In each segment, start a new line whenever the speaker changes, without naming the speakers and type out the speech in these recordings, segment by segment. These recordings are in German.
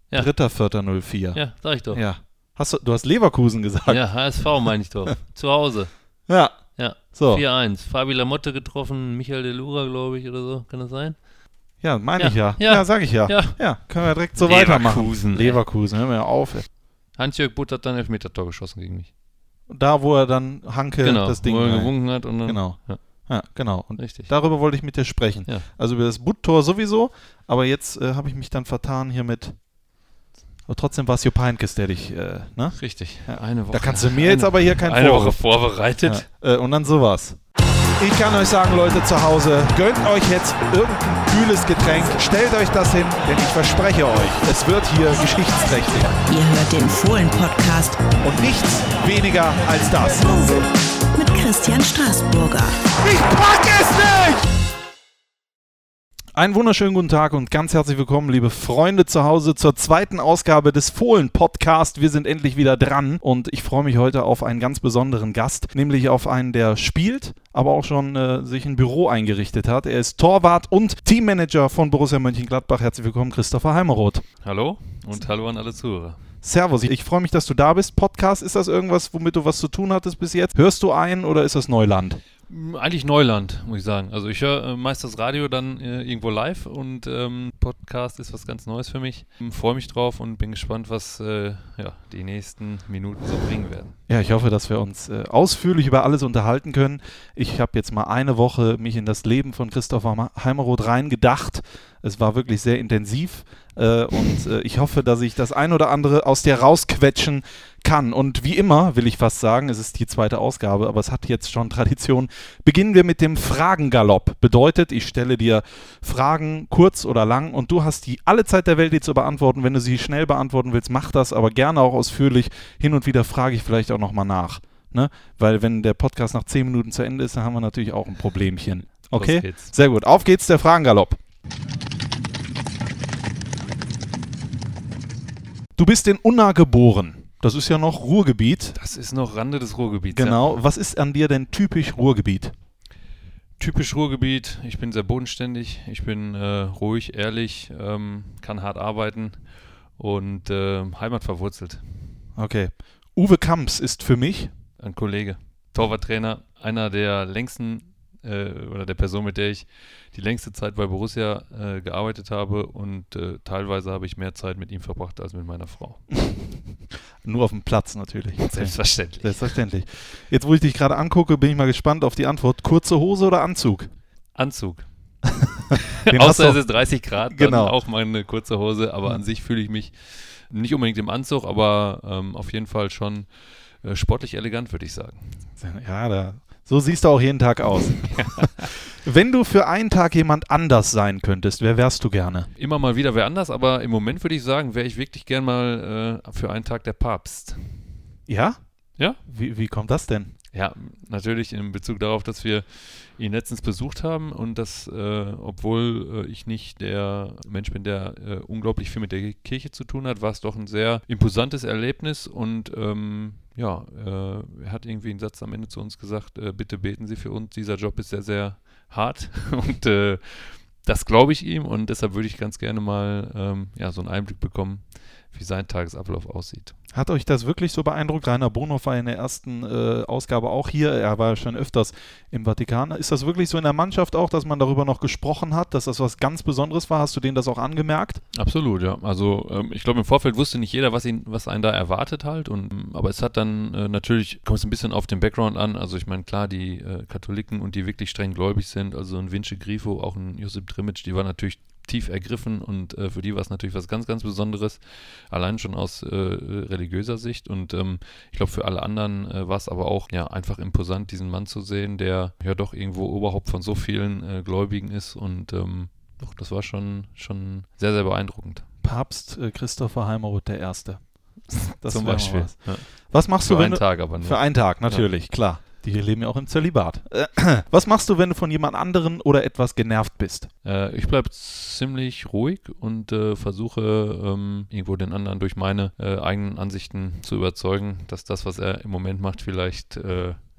Ja.
3.4.04.
Ja, sag ich doch.
Ja. Du hast Leverkusen gesagt.
Ja, HSV meine ich doch. Zu Hause.
Ja.
Ja.
So.
4-1. Fabi Lamotte getroffen, Michael Delura, glaube ich, oder so. Kann das sein?
Ja, meine
Ja.
ich ja.
Ja.
Ja, sag ich ja.
Ja.
Ja, können wir direkt so weitermachen.
Leverkusen,
Leverkusen, hör mir auf. Ey.
Hans-Jörg Butt hat dann Elfmeter-Tor geschossen gegen mich.
Da, wo er dann Hanke das Ding
wo er gewunken hat und dann...
Genau. Ja, genau. Und
Richtig.
darüber wollte ich mit dir sprechen.
Ja.
Also über das Butt-Tor sowieso, aber jetzt habe ich mich dann vertan hier mit... Aber trotzdem war es Jupp Heynckes, der dich, ne?
Richtig.
Ja.
Eine Woche.
Da kannst du mir jetzt aber hier keinen
Eine Woche
Vorwurf.
vorbereitet.
Ja. Und dann sowas. Ich kann euch sagen, Leute zu Hause, gönnt euch jetzt irgendein kühles Getränk, stellt euch das hin, denn ich verspreche euch, es wird hier geschichtsträchtig.
Ihr hört den Fohlen-Podcast
Und nichts weniger als das.
mit Christian Straßburger.
Ich pack es nicht! Einen wunderschönen guten Tag und ganz herzlich willkommen, liebe Freunde zu Hause, zur zweiten Ausgabe des Fohlen-Podcast. Wir sind endlich wieder dran und ich freue mich heute auf einen ganz besonderen Gast, nämlich auf einen, der spielt, aber auch schon sich ein Büro eingerichtet hat. Er ist Torwart und Teammanager von Borussia Mönchengladbach. Herzlich willkommen, Christopher Heimeroth.
Hallo und hallo an alle Zuhörer.
Servus, ich freue mich, dass du da bist. Podcast, ist das irgendwas, womit du was zu tun hattest bis jetzt? Hörst du ein oder ist das Neuland?
Eigentlich Neuland, muss ich sagen. Also ich höre meist das Radio dann irgendwo live und Podcast ist was ganz Neues für mich. Freue mich drauf und bin gespannt, was die nächsten Minuten so bringen werden.
Ja, ich hoffe, dass wir uns ausführlich über alles unterhalten können. Ich habe jetzt mal eine Woche mich in das Leben von Christopher Heimeroth reingedacht. Es war wirklich sehr intensiv und ich hoffe, dass ich das ein oder andere aus dir rausquetschen kann. Und wie immer, will ich fast sagen, es ist die zweite Ausgabe, aber es hat jetzt schon Tradition. Beginnen wir mit dem Fragengalopp. Bedeutet, ich stelle dir Fragen, kurz oder lang, und du hast alle Zeit der Welt, die zu beantworten. Wenn du sie schnell beantworten willst, mach das, aber gerne auch ausführlich. Hin und wieder frage ich vielleicht auch nochmal nach. Ne? Weil wenn der Podcast nach 10 Minuten zu Ende ist, dann haben wir natürlich auch ein Problemchen. Okay?
Los geht's.
Sehr gut. Auf geht's, der Fragengalopp. Du bist in Unna geboren. Das ist ja noch Ruhrgebiet.
Das ist noch Rande des Ruhrgebiets.
Genau.
Ja.
Was ist an dir denn typisch Ruhrgebiet?
Typisch Ruhrgebiet. Ich bin sehr bodenständig. Ich bin ruhig, ehrlich, kann hart arbeiten und heimatverwurzelt.
Okay. Uwe Kamps ist für mich?
Ein Kollege, Torwarttrainer, einer der längsten oder der Person, mit der ich die längste Zeit bei Borussia gearbeitet habe und teilweise habe ich mehr Zeit mit ihm verbracht als mit meiner Frau.
Nur auf dem Platz natürlich.
Selbstverständlich.
Selbstverständlich. Jetzt, wo ich dich gerade angucke, bin ich mal gespannt auf die Antwort. Kurze Hose oder Anzug?
Anzug.
Den hast
Außer
du
es ist 30 Grad, dann
Genau.
auch mal eine kurze Hose, aber an sich fühle ich mich nicht unbedingt im Anzug, aber auf jeden Fall schon sportlich elegant, würde ich sagen.
Ja, so siehst du auch jeden Tag aus. Wenn du für einen Tag jemand anders sein könntest, wer wärst du gerne?
Immer mal wieder wer anders, aber im Moment würde ich sagen, wäre ich wirklich gern mal für einen Tag der Papst.
Ja?
Ja?
Wie kommt das denn?
Ja, natürlich in Bezug darauf, dass wir ihn letztens besucht haben und dass, obwohl ich nicht der Mensch bin, der unglaublich viel mit der Kirche zu tun hat, war es doch ein sehr imposantes Erlebnis und er hat irgendwie einen Satz am Ende zu uns gesagt, bitte beten Sie für uns, dieser Job ist sehr, sehr hart und das glaube ich ihm und deshalb würde ich ganz gerne mal so einen Einblick bekommen, wie sein Tagesablauf aussieht.
Hat euch das wirklich so beeindruckt? Rainer Bonhoff war in der ersten Ausgabe auch hier. Er war schon öfters im Vatikan. Ist das wirklich so in der Mannschaft auch, dass man darüber noch gesprochen hat, dass das was ganz Besonderes war? Hast du denen das auch angemerkt?
Absolut, ja. Also ich glaube, im Vorfeld wusste nicht jeder, was einen da erwartet halt. Aber es hat dann natürlich, kommt es ein bisschen auf den Background an. Also ich meine, klar, die Katholiken und die wirklich streng gläubig sind, also ein Vince Grifo, auch ein Josip Trimic, die waren natürlich tief ergriffen und für die war es natürlich was ganz, ganz Besonderes, allein schon aus religiöser Sicht und ich glaube für alle anderen war es aber auch einfach imposant, diesen Mann zu sehen, der ja doch irgendwo Oberhaupt von so vielen Gläubigen ist und doch, das war schon sehr, sehr beeindruckend.
Papst Christopher Heimeroth der Erste. Das
Zum
wäre mal
Beispiel.
was.
Ja.
Was machst
Für
du, wenn
einen
du...
Tag aber nur.
Für einen Tag, natürlich, klar. Die leben ja auch im Zölibat. Was machst du, wenn du von jemand anderen oder etwas genervt bist?
Ich bleibe ziemlich ruhig und versuche irgendwo den anderen durch meine eigenen Ansichten zu überzeugen, dass das, was er im Moment macht, vielleicht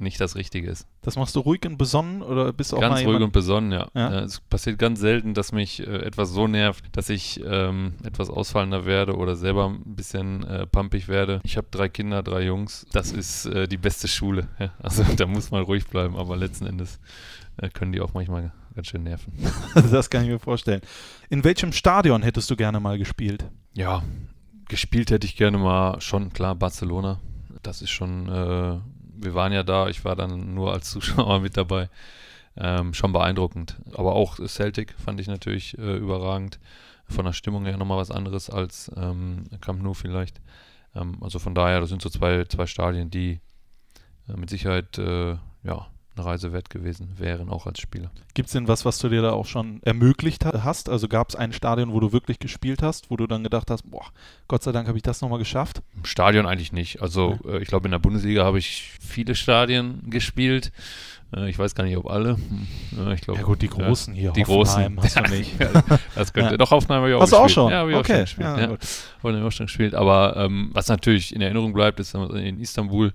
nicht das Richtige ist.
Das machst du ruhig und besonnen oder bist du auch
Ganz
mal
ruhig und besonnen, ja.
Ja?
Es passiert ganz selten, dass mich etwas so nervt, dass ich etwas ausfallender werde oder selber ein bisschen pumpig werde. Ich habe 3 Kinder, 3 Jungs. Das ist die beste Schule. Ja? Also da muss man ruhig bleiben, aber letzten Endes können die auch manchmal ganz schön nerven.
Das kann ich mir vorstellen. In welchem Stadion hättest du gerne mal gespielt?
Ja, gespielt hätte ich gerne mal schon, klar, Barcelona. Das ist schon, wir waren ja da, ich war dann nur als Zuschauer mit dabei. Schon beeindruckend. Aber auch Celtic fand ich natürlich überragend. Von der Stimmung her nochmal was anderes als Camp Nou vielleicht. Also von daher, das sind so zwei Stadien, die mit Sicherheit eine Reise wert gewesen wären, auch als Spieler.
Gibt es denn was du dir da auch schon ermöglicht hast? Also gab es ein Stadion, wo du wirklich gespielt hast, wo du dann gedacht hast, boah, Gott sei Dank habe ich das nochmal geschafft?
Im Stadion eigentlich nicht. Also ich glaube, in der Bundesliga habe ich viele Stadien gespielt. Ich weiß gar nicht, ob alle. Ich glaub,
ja gut, die großen hier,
die
Hoffenheim
großen.
hast du nicht.
Das könnte, doch, Hoffenheim habe ich auch
hast
gespielt.
Du auch schon?
Ja, habe ich
okay.
auch schon gespielt.
Ja,
ja.
gut.
Habe ich auch schon gespielt. Aber was natürlich in Erinnerung bleibt, ist in Istanbul,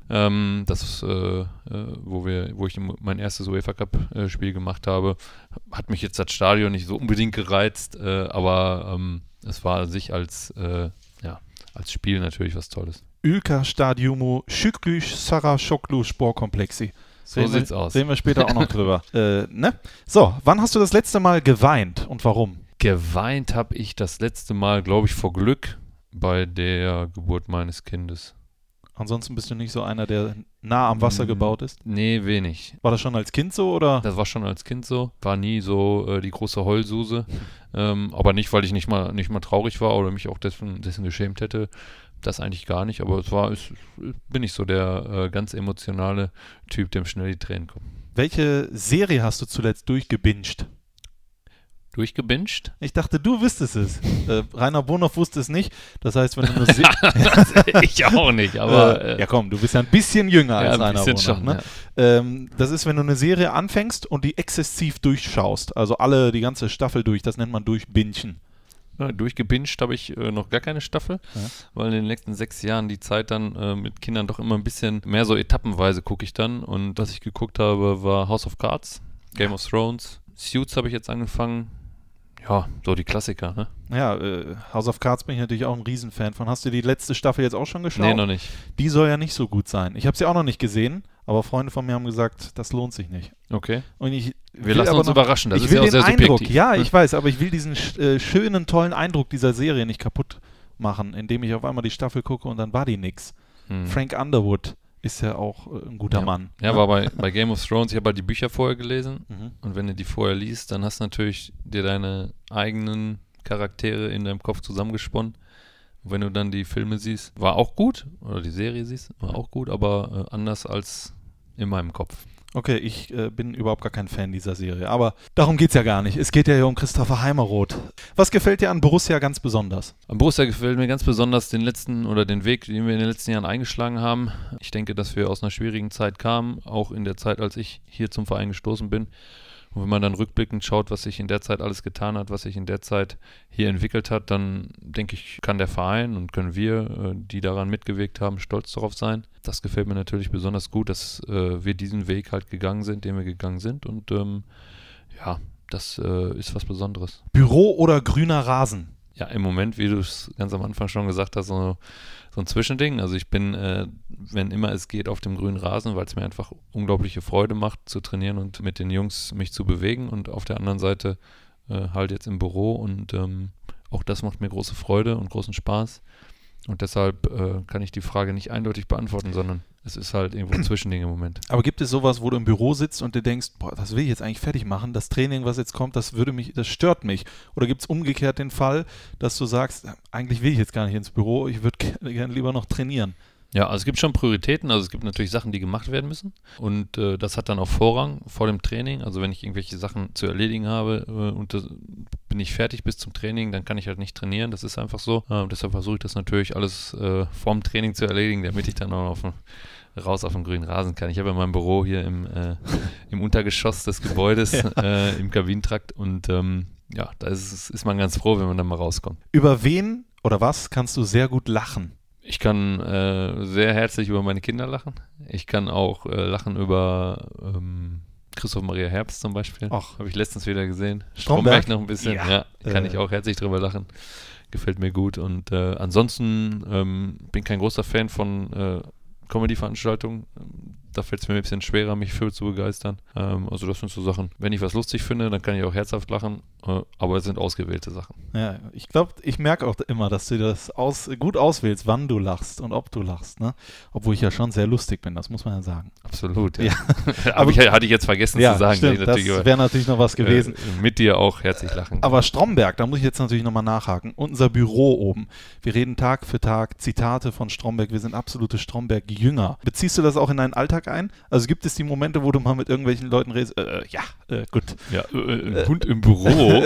wo ich mein erstes UEFA-Cup-Spiel gemacht habe. Hat mich jetzt das Stadion nicht so unbedingt gereizt, aber es war an sich als Spiel natürlich was Tolles.
Ülker Stadiumu Şükrü Saraçoğlu Sportkomplexi.
So sieht's aus.
Sehen wir später auch noch drüber. Ne? So, wann hast du das letzte Mal geweint und warum?
Geweint habe ich das letzte Mal, glaube ich, vor Glück bei der Geburt meines Kindes.
Ansonsten bist du nicht so einer, der nah am Wasser gebaut ist?
Nee, wenig.
War das schon als Kind so, oder?
Das war schon als Kind so. War nie so die große Heulsuse. Aber nicht, weil ich nicht mal traurig war oder mich auch dessen geschämt hätte. Das eigentlich gar nicht. Aber bin ich so der ganz emotionale Typ, dem schnell die Tränen kommen.
Welche Serie hast du zuletzt durchgebinged?
Durchgebinged?
Ich dachte, du wüsstest es. Rainer Bonhoff wusste es nicht. Das heißt, wenn du nur
ich auch nicht, aber
ja komm, du bist ja ein bisschen jünger als Rainer Bonhoff.
Schon,
ne?
Ja.
Das ist, wenn du eine Serie anfängst und die exzessiv durchschaust. Also die ganze Staffel durch. Das nennt man durchbingen.
Ja, durchgebinged habe ich noch gar keine Staffel, weil in den letzten 6 Jahren die Zeit dann mit Kindern doch immer ein bisschen mehr so etappenweise gucke ich dann. Und was ich geguckt habe, war House of Cards, Game of Thrones, Suits habe ich jetzt angefangen. Ja, so die Klassiker, ne?
Ja, House of Cards bin ich natürlich auch ein Riesenfan von. Hast du die letzte Staffel jetzt auch schon geschaut?
Nee, noch nicht.
Die soll ja nicht so gut sein. Ich habe sie auch noch nicht gesehen, aber Freunde von mir haben gesagt, das lohnt sich nicht.
Okay.
Und
wir lassen uns überraschen, das ist ja auch sehr
Eindruck,
subjektiv.
ja, ich weiß, aber ich will diesen schönen, tollen Eindruck dieser Serie nicht kaputt machen, indem ich auf einmal die Staffel gucke und dann war die nix. Frank Underwood ist ja auch ein guter Mann.
Ja, aber bei Game of Thrones, ich habe halt die Bücher vorher gelesen und wenn du die vorher liest, dann hast du natürlich dir deine eigenen Charaktere in deinem Kopf zusammengesponnen. Und wenn du dann die Filme siehst, war auch gut, oder die Serie siehst, war auch gut, aber anders als in meinem Kopf.
Okay, ich bin überhaupt gar kein Fan dieser Serie, aber darum geht es ja gar nicht. Es geht ja hier um Christopher Heimeroth. Was gefällt dir an Borussia ganz besonders?
An Borussia gefällt mir ganz besonders den Weg, den wir in den letzten Jahren eingeschlagen haben. Ich denke, dass wir aus einer schwierigen Zeit kamen, auch in der Zeit, als ich hier zum Verein gestoßen bin. Und wenn man dann rückblickend schaut, was sich in der Zeit alles getan hat, was sich in der Zeit hier entwickelt hat, dann denke ich, kann der Verein und können wir, die daran mitgewirkt haben, stolz darauf sein. Das gefällt mir natürlich besonders gut, dass wir diesen Weg halt gegangen sind, den wir gegangen sind. Und das ist was Besonderes.
Büro oder grüner Rasen?
Ja, im Moment, wie du es ganz am Anfang schon gesagt hast, so ein Zwischending. Also ich bin, wenn immer es geht, auf dem grünen Rasen, weil es mir einfach unglaubliche Freude macht, zu trainieren und mit den Jungs mich zu bewegen. Und auf der anderen Seite halt jetzt im Büro. Und auch das macht mir große Freude und großen Spaß. Und deshalb kann ich die Frage nicht eindeutig beantworten, sondern es ist halt irgendwo ein Zwischending im Moment.
Aber gibt es sowas, wo du im Büro sitzt und dir denkst, boah, das will ich jetzt eigentlich fertig machen, das Training, was jetzt kommt, das stört mich? Oder gibt es umgekehrt den Fall, dass du sagst, eigentlich will ich jetzt gar nicht ins Büro, ich würde gerne lieber noch trainieren?
Ja, also es gibt schon Prioritäten, also es gibt natürlich Sachen, die gemacht werden müssen und das hat dann auch Vorrang vor dem Training, also wenn ich irgendwelche Sachen zu erledigen habe und bin ich fertig bis zum Training, dann kann ich halt nicht trainieren, das ist einfach so. Deshalb versuche ich das natürlich alles vorm Training zu erledigen, damit ich dann auch raus auf den grünen Rasen kann. Ich habe ja mein Büro hier im Untergeschoss des Gebäudes, im Kabinentrakt und da ist man ganz froh, wenn man dann mal rauskommt.
Über wen oder was kannst du sehr gut lachen?
Ich kann sehr herzlich über meine Kinder lachen. Ich kann auch lachen über Christoph Maria Herbst zum Beispiel.
Ach.
Habe ich letztens wieder gesehen.
Stromberg
noch ein bisschen.
Ja.
Kann ich auch herzlich drüber lachen. Gefällt mir gut. Und ansonsten bin kein großer Fan von Comedy-Veranstaltungen. Da fällt es mir ein bisschen schwerer, mich für zu begeistern. Also das sind so Sachen, wenn ich was lustig finde, dann kann ich auch herzhaft lachen, aber es sind ausgewählte Sachen.
Ja, ich glaube, ich merke auch immer, dass du das gut auswählst, wann du lachst und ob du lachst, ne? Obwohl ich ja schon sehr lustig bin, das muss man ja sagen.
Absolut, ja.
Ja.
Aber hatte ich jetzt vergessen zu sagen.
Stimmt, das wäre natürlich noch was gewesen.
Mit dir auch herzlich lachen.
Aber Stromberg, da muss ich jetzt natürlich nochmal nachhaken. Unser Büro oben. Wir reden Tag für Tag Zitate von Stromberg. Wir sind absolute Stromberg-Jünger. Beziehst du das auch in deinen Alltag ein? Also gibt es die Momente, wo du mal mit irgendwelchen Leuten redest? Gut.
Ja, Hund im Büro.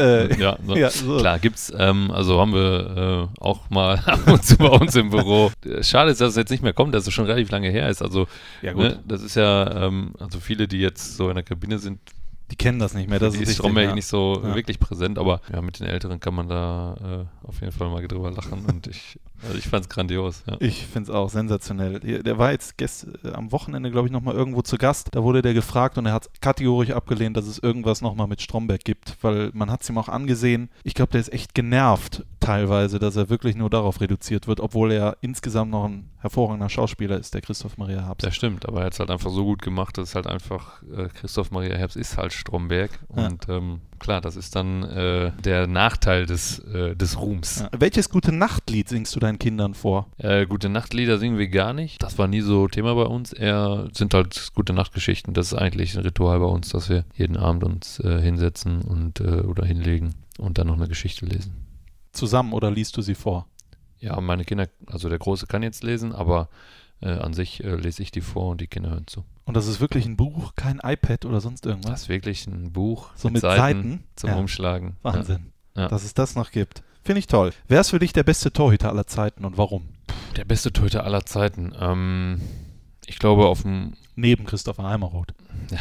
So.
Klar, gibt's. Also haben wir auch mal ab und zu bei uns im Büro. Schade ist, dass es jetzt nicht mehr kommt, dass es schon relativ lange her ist. Also,
ja, gut.
Ne, das ist ja, also viele, die jetzt so in der Kabine sind,
die kennen das nicht mehr. Das ist
Stromberg nicht so wirklich präsent, aber ja, mit den Älteren kann man da auf jeden Fall mal drüber lachen und ich fand es grandios. Ja.
Ich finde es auch sensationell. Der war jetzt am Wochenende, glaube ich, nochmal irgendwo zu Gast. Da wurde der gefragt und er hat kategorisch abgelehnt, dass es irgendwas nochmal mit Stromberg gibt, weil man hat es ihm auch angesehen. Ich glaube, der ist echt genervt teilweise, dass er wirklich nur darauf reduziert wird, obwohl er insgesamt noch ein hervorragender Schauspieler ist, der Christoph Maria Herbst.
Das stimmt, aber er hat es halt einfach so gut gemacht, dass es halt einfach Christoph Maria Herbst ist halt Stromberg und klar, das ist dann der Nachteil des Ruhms.
Ja. Welches Gute-Nacht-Lied singst du deinen Kindern vor?
Gute-Nacht-Lieder singen wir gar nicht. Das war nie so Thema bei uns. Eher sind halt Gute-Nacht-Geschichten. Das ist eigentlich ein Ritual bei uns, dass wir jeden Abend uns hinsetzen und oder hinlegen und dann noch eine Geschichte lesen.
Zusammen oder liest du sie vor?
Ja, meine Kinder, also der Große kann jetzt lesen, aber an sich lese ich die vor und die Kinder hören zu.
Und das ist wirklich ein Buch, kein iPad oder sonst irgendwas?
Das ist wirklich ein Buch
so mit Seiten
zum Umschlagen.
Wahnsinn,
ja.
Dass es das noch gibt. Finde ich toll. Wer ist für dich der beste Torhüter aller Zeiten und warum?
Der beste Torhüter aller Zeiten? Ich glaube auf dem...
Neben Christopher Heimeroth.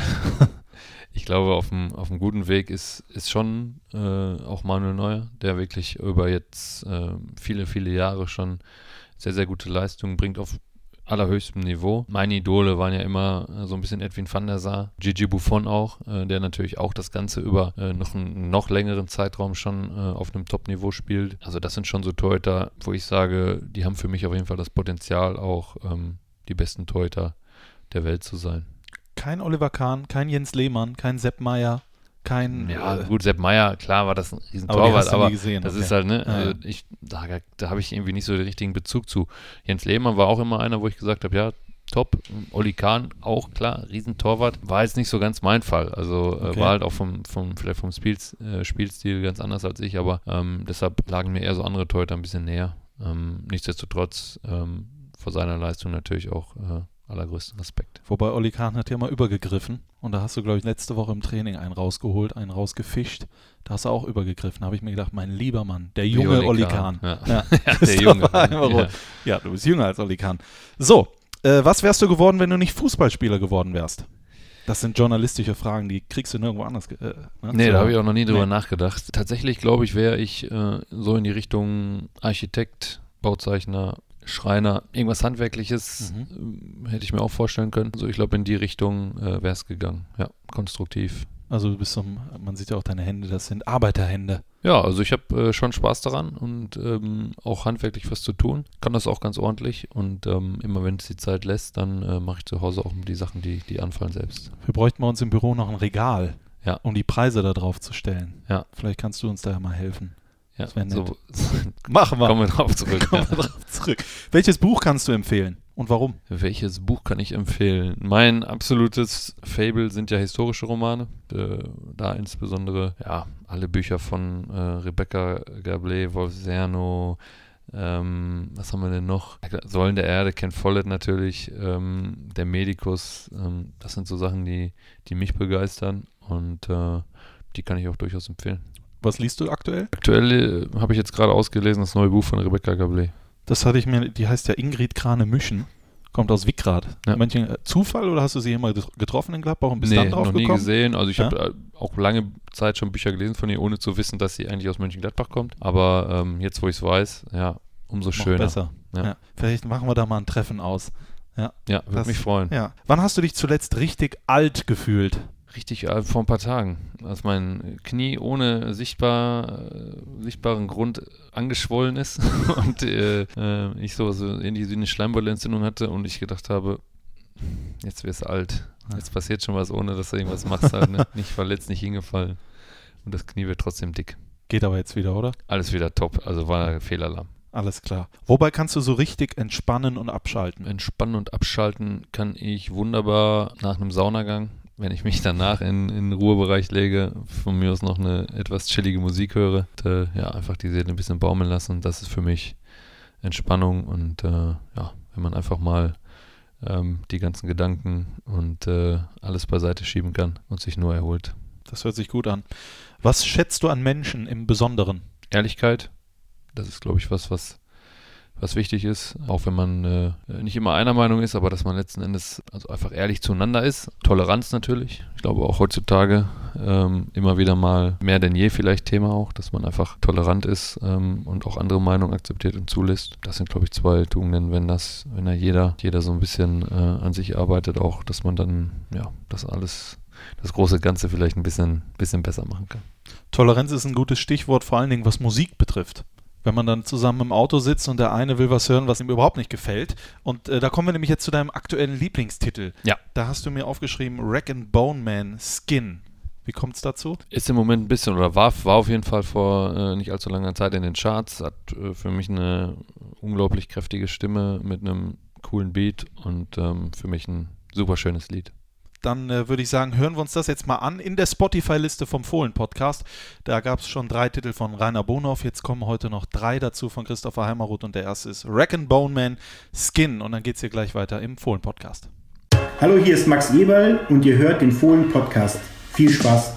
Ich glaube, auf einem guten Weg ist schon auch Manuel Neuer, der wirklich über jetzt viele, viele Jahre schon sehr, sehr gute Leistungen bringt auf allerhöchstem Niveau. Meine Idole waren ja immer so ein bisschen Edwin van der Sar, Gigi Buffon auch, der natürlich auch das Ganze über einen noch längeren Zeitraum schon auf einem Top-Niveau spielt. Also das sind schon so Torhüter, wo ich sage, die haben für mich auf jeden Fall das Potenzial, auch die besten Torhüter der Welt zu sein.
Kein Oliver Kahn, kein Jens Lehmann, kein Sepp Maier, kein...
Ja, gut, Sepp Maier, klar war das ein Riesentorwart, aber
gesehen,
das
okay.
ist halt, ne,
Ja.
also da habe ich irgendwie nicht so den richtigen Bezug zu. Jens Lehmann war auch immer einer, wo ich gesagt habe, ja, top. Oli Kahn auch, klar, Riesentorwart. War jetzt nicht so ganz mein Fall. Also
Okay.
war halt auch vielleicht vom Spielstil ganz anders als ich, aber deshalb lagen mir eher so andere Torhüter ein bisschen näher. Nichtsdestotrotz vor seiner Leistung natürlich auch allergrößten Respekt.
Wobei Oli Kahn hat ja mal übergegriffen und da hast du, glaube ich, letzte Woche im Training einen rausgeholt, einen rausgefischt. Da hast du auch übergegriffen. Da habe ich mir gedacht, mein lieber Mann, der junge Oli Kahn.
Ja.
Ja.
Der Junge.
Ja, du bist jünger als Oli Kahn. So, was wärst du geworden, wenn du nicht Fußballspieler geworden wärst? Das sind journalistische Fragen, die kriegst du nirgendwo anders.
Nee, da habe ich auch noch nie drüber nachgedacht. Tatsächlich, glaube ich, wäre ich so in die Richtung Architekt, Bauzeichner, Schreiner, irgendwas Handwerkliches hätte ich mir auch vorstellen können. Also ich glaube, in die Richtung wäre es gegangen. Ja, konstruktiv.
Also du bist man sieht ja auch deine Hände, das sind Arbeiterhände.
Ja, also ich habe schon Spaß daran und auch handwerklich was zu tun. Kann das auch ganz ordentlich und immer wenn es die Zeit lässt, dann mache ich zu Hause auch die Sachen, die anfallen selbst.
Wir bräuchten bei uns im Büro noch ein Regal,
ja,
um die Preise da drauf zu stellen.
Ja.
Vielleicht kannst du uns da ja mal helfen.
Ja,
das wäre nett.
so,
machen wir.
Kommen wir drauf zurück.
Welches Buch kannst du empfehlen und warum?
Welches Buch kann ich empfehlen? Mein absolutes Fable sind ja historische Romane. Da insbesondere alle Bücher von Rebecca Gablé, Wolf Serno, was haben wir denn noch? Säulen der Erde, Ken Follett natürlich, der Medikus. Das sind so Sachen, die mich begeistern und die kann ich auch durchaus empfehlen.
Was liest du aktuell?
Aktuell habe ich jetzt gerade ausgelesen, das neue Buch von Rebecca Gablé.
Das hatte ich mir, die heißt ja Ingrid Krane-Müschen, kommt aus Wickrad.
Ja.
Zufall oder hast du sie immer getroffen in Gladbach und bist dann drauf
noch
gekommen?
Nie gesehen. Also ich habe auch lange Zeit schon Bücher gelesen von ihr, ohne zu wissen, dass sie eigentlich aus Mönchengladbach kommt. Aber jetzt, wo ich es weiß, umso schöner.
Noch besser.
Ja.
Ja. Vielleicht machen wir da mal ein Treffen aus.
Ja, würde mich freuen.
Ja. Wann hast du dich zuletzt richtig alt gefühlt?
Richtig vor ein paar Tagen, als mein Knie ohne sichtbaren Grund angeschwollen ist und ich so ähnlich wie eine Schleimbeutelentzündung hatte und ich gedacht habe, jetzt wirst du alt. Jetzt passiert schon was, ohne dass du irgendwas machst. Halt, ne? Nicht verletzt, nicht hingefallen. Und das Knie wird trotzdem dick.
Geht aber jetzt wieder, oder?
Alles wieder top. Also war Fehlalarm.
Alles klar. Wobei kannst du so richtig entspannen und abschalten?
Entspannen und abschalten kann ich wunderbar nach einem Saunagang. Wenn ich mich danach in den Ruhebereich lege, von mir aus noch eine etwas chillige Musik höre, und, einfach die Seele ein bisschen baumeln lassen. Das ist für mich Entspannung und wenn man einfach mal die ganzen Gedanken und alles beiseite schieben kann und sich nur erholt.
Das hört sich gut an. Was schätzt du an Menschen im Besonderen?
Ehrlichkeit, das ist, glaube ich, was wichtig ist, auch wenn man nicht immer einer Meinung ist, aber dass man letzten Endes also einfach ehrlich zueinander ist. Toleranz natürlich. Ich glaube auch heutzutage immer wieder mal mehr denn je vielleicht Thema auch, dass man einfach tolerant ist und auch andere Meinungen akzeptiert und zulässt. Das sind, glaube ich, 2 Tugenden, wenn da jeder so ein bisschen an sich arbeitet, auch, dass man dann das große Ganze vielleicht ein bisschen besser machen kann.
Toleranz ist ein gutes Stichwort, vor allen Dingen was Musik betrifft. Wenn man dann zusammen im Auto sitzt und der eine will was hören, was ihm überhaupt nicht gefällt. Und da kommen wir nämlich jetzt zu deinem aktuellen Lieblingstitel.
Ja.
Da hast du mir aufgeschrieben, Rag & Bone Man, Skin. Wie kommt es dazu?
Ist im Moment ein bisschen, oder war auf jeden Fall vor nicht allzu langer Zeit in den Charts. Hat für mich eine unglaublich kräftige Stimme mit einem coolen Beat und für mich ein super schönes Lied.
Dann würde ich sagen, hören wir uns das jetzt mal an in der Spotify-Liste vom Fohlen-Podcast. Da gab es schon 3 Titel von Rainer Bonhoff. Jetzt kommen heute noch 3 dazu von Christopher Heimeroth und der erste ist Rag & Bone Man, Skin. Und dann geht es hier gleich weiter im Fohlen-Podcast.
Hallo, hier ist Max Eberl und ihr hört den Fohlen-Podcast. Viel Spaß!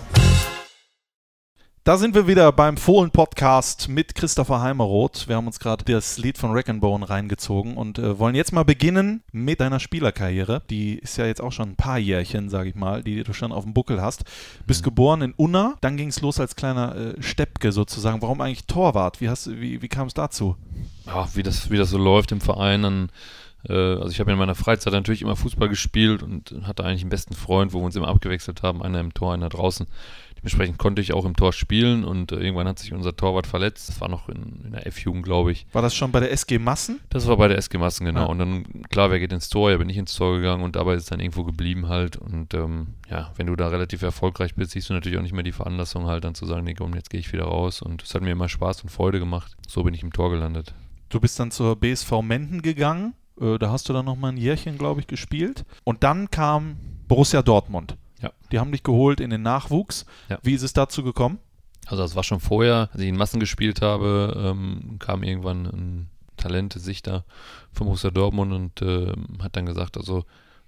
Da sind wir wieder beim Fohlen-Podcast mit Christopher Heimeroth. Wir haben uns gerade das Lied von Rag & Bone reingezogen und wollen jetzt mal beginnen mit deiner Spielerkarriere. Die ist ja jetzt auch schon ein paar Jährchen, sage ich mal, die du schon auf dem Buckel hast. Bist geboren in Unna, dann ging es los als kleiner Steppke sozusagen. Warum eigentlich Torwart? Wie kam es dazu?
Ja, wie das so läuft im Verein, dann also ich habe in meiner Freizeit natürlich immer Fußball gespielt und hatte eigentlich einen besten Freund, wo wir uns immer abgewechselt haben, einer im Tor, einer draußen. Dementsprechend konnte ich auch im Tor spielen und irgendwann hat sich unser Torwart verletzt. Das war noch in der F-Jugend, glaube ich.
War das schon bei der SG Massen?
Das war bei der SG Massen, genau.
Ja.
Und dann, klar, wer geht ins Tor? Ja, bin ich ins Tor gegangen und dabei ist es dann irgendwo geblieben halt. Und wenn du da relativ erfolgreich bist, siehst du natürlich auch nicht mehr die Veranlassung halt dann zu sagen, nee, komm, jetzt gehe ich wieder raus. Und es hat mir immer Spaß und Freude gemacht. So bin ich im Tor gelandet.
Du bist dann zur BSV Menden gegangen. Da hast du dann nochmal ein Jährchen, glaube ich, gespielt. Und dann kam Borussia Dortmund.
Ja.
Die haben dich geholt in den Nachwuchs.
Ja.
Wie ist es dazu gekommen?
Also das war schon vorher, als ich in Massen gespielt habe, kam irgendwann ein Talente-Sichter von Borussia Dortmund und hat dann gesagt, also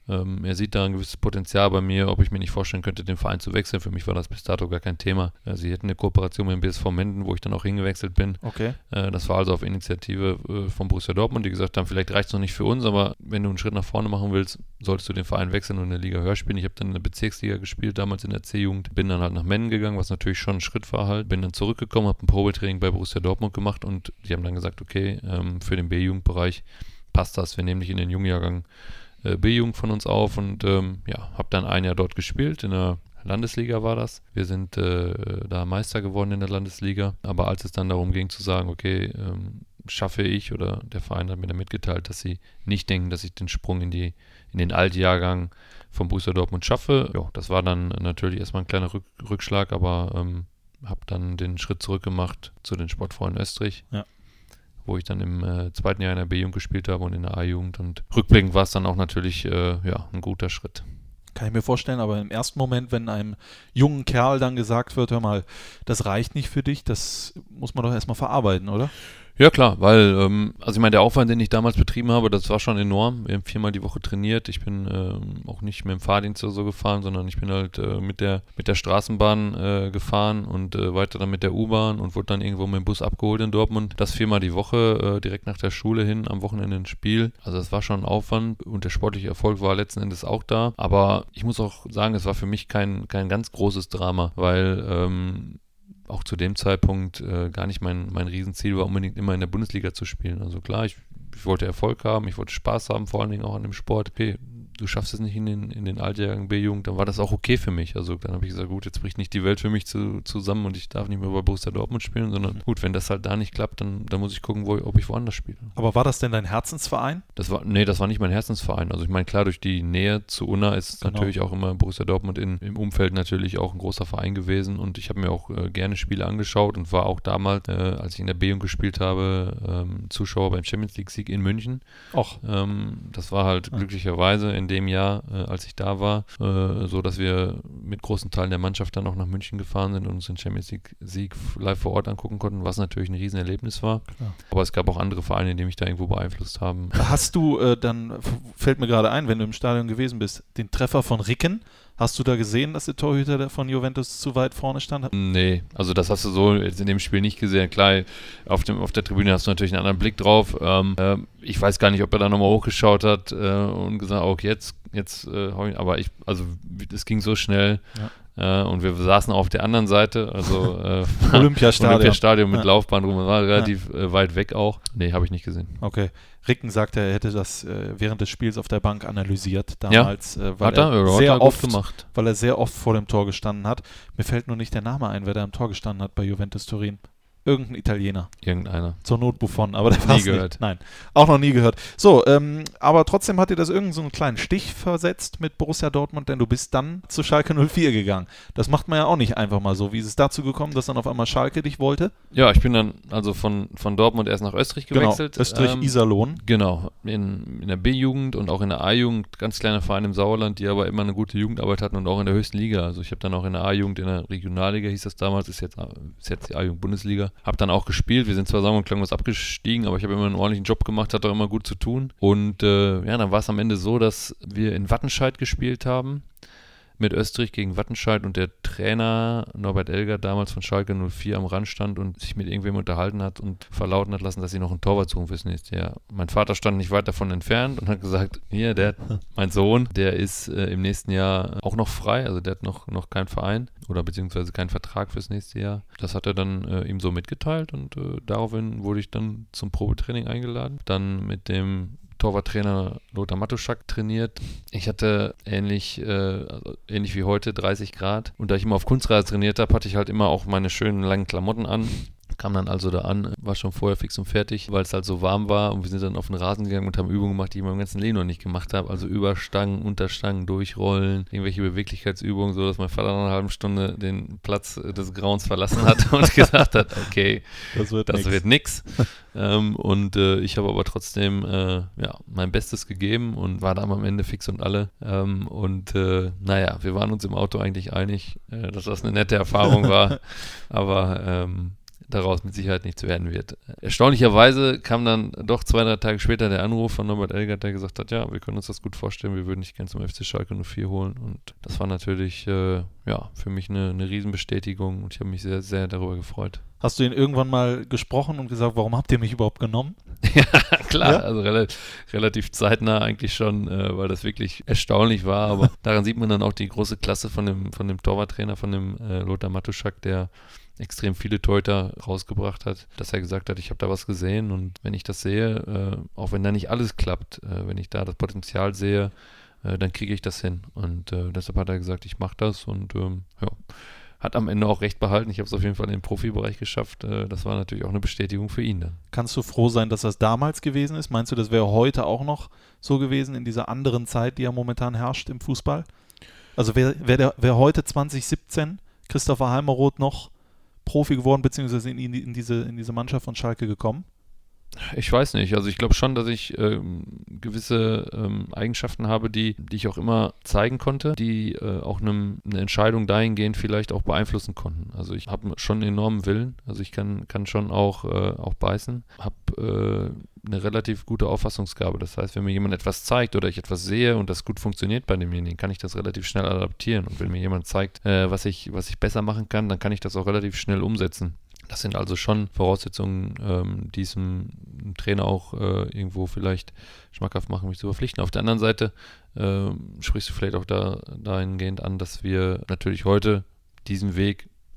er sieht da ein gewisses Potenzial bei mir, ob ich mir nicht vorstellen könnte, den Verein zu wechseln. Für mich war das bis dato gar kein Thema. Sie hätten eine Kooperation mit dem BSV Menden, wo ich dann auch hingewechselt bin.
Okay.
Das war also auf Initiative von Borussia Dortmund, die gesagt haben, vielleicht reicht es noch nicht für uns, aber wenn du einen Schritt nach vorne machen willst, solltest du den Verein wechseln und in der Liga höher spielen. Ich habe dann in der Bezirksliga gespielt, damals in der C-Jugend. Bin dann halt nach Menden gegangen, was natürlich schon ein Schritt war halt. Bin dann zurückgekommen, habe ein Probetraining bei Borussia Dortmund gemacht und die haben dann gesagt, okay, für den B-Jugendbereich passt das. Wir nehmen dich in den Jungjahrgang B-Jugend von uns auf und habe dann ein Jahr dort gespielt, in der Landesliga war das. Wir sind da Meister geworden in der Landesliga, aber als es dann darum ging zu sagen, okay, schaffe ich oder der Verein hat mir dann mitgeteilt, dass sie nicht denken, dass ich den Sprung in den Altjahrgang von Borussia Dortmund schaffe. Ja, das war dann natürlich erstmal ein kleiner Rückschlag, aber habe dann den Schritt zurück gemacht zu den Sportfreunden Österreich.
Ja.
Wo ich dann im 2. Jahr in der B-Jugend gespielt habe und in der A-Jugend. Und rückblickend war es dann auch natürlich ein guter Schritt.
Kann ich mir vorstellen, aber im ersten Moment, wenn einem jungen Kerl dann gesagt wird, hör mal, das reicht nicht für dich, das muss man doch erstmal verarbeiten, oder?
Ja klar, weil, also ich meine, der Aufwand, den ich damals betrieben habe, das war schon enorm. Wir haben 4-mal die Woche trainiert. Ich bin auch nicht mit dem Fahrdienst oder so gefahren, sondern ich bin halt mit der Straßenbahn gefahren und weiter dann mit der U-Bahn und wurde dann irgendwo mit dem Bus abgeholt in Dortmund. Das 4-mal die Woche, direkt nach der Schule hin, am Wochenende ein Spiel. Also das war schon ein Aufwand und der sportliche Erfolg war letzten Endes auch da. Aber ich muss auch sagen, es war für mich kein ganz großes Drama, weil auch zu dem Zeitpunkt gar nicht mein Riesenziel war, unbedingt immer in der Bundesliga zu spielen. Also klar, ich ich wollte Erfolg haben, ich wollte Spaß haben, vor allen Dingen auch an dem Sport. Okay, du schaffst es nicht in den Altjahrgang B-Jugend, dann war das auch okay für mich. Also dann habe ich gesagt, gut, jetzt bricht nicht die Welt für mich zusammen und ich darf nicht mehr bei Borussia Dortmund spielen, sondern gut, wenn das halt da nicht klappt, dann muss ich gucken, ob ich woanders spiele.
Aber war das denn dein Herzensverein?
Das war nicht mein Herzensverein. Also ich meine, klar, durch die Nähe zu Unna ist natürlich auch immer Borussia Dortmund im Umfeld natürlich auch ein großer Verein gewesen und ich habe mir auch gerne Spiele angeschaut und war auch damals, als ich in der B-Jugend gespielt habe, Zuschauer beim Champions-League-Sieg in München. Das war halt glücklicherweise in dem Jahr, als ich da war, so dass wir mit großen Teilen der Mannschaft dann auch nach München gefahren sind und uns den Champions-League-Sieg live vor Ort angucken konnten, was natürlich ein Riesenerlebnis war. Klar. Aber es gab auch andere Vereine, die mich da irgendwo beeinflusst haben.
Hast du dann, fällt mir gerade ein, wenn du im Stadion gewesen bist, den Treffer von Ricken, hast du da gesehen, dass der Torhüter von Juventus zu weit vorne stand?
Nee, also das hast du so jetzt in dem Spiel nicht gesehen. Klar, auf der Tribüne hast du natürlich einen anderen Blick drauf. Ich weiß gar nicht, ob er da nochmal hochgeschaut hat und gesagt, okay, jetzt aber es ging so schnell. Ja. Und wir saßen auf der anderen Seite, also Olympiastadion mit Laufbahn rum, war relativ weit weg auch. Nee, habe ich nicht gesehen.
Okay. Ricken sagte, er hätte das während des Spiels auf der Bank analysiert damals, weil er sehr oft vor dem Tor gestanden hat. Mir fällt nur nicht der Name ein, wer da im Tor gestanden hat bei Juventus Turin. Irgendein Italiener.
Irgendeiner.
Zur Not Buffon, aber der war
nie gehört.
Nicht. Nein, auch noch nie gehört. So, aber trotzdem hat dir das irgend so einen kleinen Stich versetzt mit Borussia Dortmund, denn du bist dann zu Schalke 04 gegangen. Das macht man ja auch nicht einfach mal so. Wie ist es dazu gekommen, dass dann auf einmal Schalke dich wollte?
Ja, ich bin dann also von Dortmund erst nach Österreich gewechselt.
Genau, Österreich-Iserlohn.
Genau, in der B-Jugend und auch in der A-Jugend, ganz kleiner Verein im Sauerland, die aber immer eine gute Jugendarbeit hatten und auch in der höchsten Liga. Also ich habe dann auch in der A-Jugend, in der Regionalliga hieß das damals, ist jetzt die A-Jugend Bundesliga, habe dann auch gespielt. Wir sind zwar sagen und klanglos abgestiegen, aber ich habe immer einen ordentlichen Job gemacht, hatte auch immer gut zu tun. Und dann war es am Ende so, dass wir in Wattenscheid gespielt haben, mit Österreich gegen Wattenscheid und der Trainer Norbert Elger damals von Schalke 04 am Rand stand und sich mit irgendwem unterhalten hat und verlauten hat lassen, dass sie noch einen Torwart suchen fürs nächste Jahr. Mein Vater stand nicht weit davon entfernt und hat gesagt, hier, mein Sohn, der ist im nächsten Jahr auch noch frei, also der hat noch keinen Verein oder beziehungsweise keinen Vertrag fürs nächste Jahr. Das hat er dann ihm so mitgeteilt und daraufhin wurde ich dann zum Probetraining eingeladen. Dann mit dem Torwarttrainer Lothar Matuschak trainiert. Ich hatte ähnlich wie heute 30 Grad und da ich immer auf Kunstrasen trainiert habe, hatte ich halt immer auch meine schönen langen Klamotten an. Kam dann also da an, war schon vorher fix und fertig, weil es halt so warm war und wir sind dann auf den Rasen gegangen und haben Übungen gemacht, die ich in meinem ganzen Leben noch nicht gemacht habe. Also Überstangen, Unterstangen, Durchrollen, irgendwelche Beweglichkeitsübungen, so dass mein Vater nach einer halben Stunde den Platz des Grauens verlassen hat und gesagt hat, okay, das wird nix. Ich habe aber trotzdem mein Bestes gegeben und war da am Ende fix und alle. Wir waren uns im Auto eigentlich einig, dass das eine nette Erfahrung war, aber daraus mit Sicherheit nichts werden wird. Erstaunlicherweise kam dann doch 2-3 Tage später der Anruf von Norbert Elger, der gesagt hat, ja, wir können uns das gut vorstellen, wir würden dich gerne zum FC Schalke 04 holen und das war natürlich für mich eine Riesenbestätigung und ich habe mich sehr, sehr darüber gefreut.
Hast du ihn irgendwann mal gesprochen und gesagt, warum habt ihr mich überhaupt genommen?
Ja, klar, ja? Also relativ zeitnah eigentlich schon, weil das wirklich erstaunlich war, aber daran sieht man dann auch die große Klasse von dem Torwarttrainer, von dem Lothar Matuschak, der extrem viele Torhüter rausgebracht hat, dass er gesagt hat, ich habe da was gesehen und wenn ich das sehe, auch wenn da nicht alles klappt, wenn ich da das Potenzial sehe, dann kriege ich das hin und deshalb hat er gesagt, ich mache das und hat am Ende auch recht behalten. Ich habe es auf jeden Fall in den Profibereich geschafft. Das war natürlich auch eine Bestätigung für ihn dann.
Kannst du froh sein, dass das damals gewesen ist? Meinst du, das wäre heute auch noch so gewesen in dieser anderen Zeit, die ja momentan herrscht im Fußball? Also wäre heute 2017 Christopher Heimeroth noch Profi geworden, beziehungsweise in diese Mannschaft von Schalke gekommen?
Ich weiß nicht. Also ich glaube schon, dass ich gewisse Eigenschaften habe, die ich auch immer zeigen konnte, die auch eine Entscheidung dahingehend vielleicht auch beeinflussen konnten. Also ich habe schon einen enormen Willen. Also ich kann schon auch beißen. Habe eine relativ gute Auffassungsgabe. Das heißt, wenn mir jemand etwas zeigt oder ich etwas sehe und das gut funktioniert bei demjenigen, kann ich das relativ schnell adaptieren. Und wenn mir jemand zeigt, was ich besser machen kann, dann kann ich das auch relativ schnell umsetzen. Das sind also schon Voraussetzungen, die es einem Trainer auch irgendwo vielleicht schmackhaft machen, mich zu verpflichten. Auf der anderen Seite sprichst du vielleicht auch dahingehend an, dass wir natürlich heute diesen Weg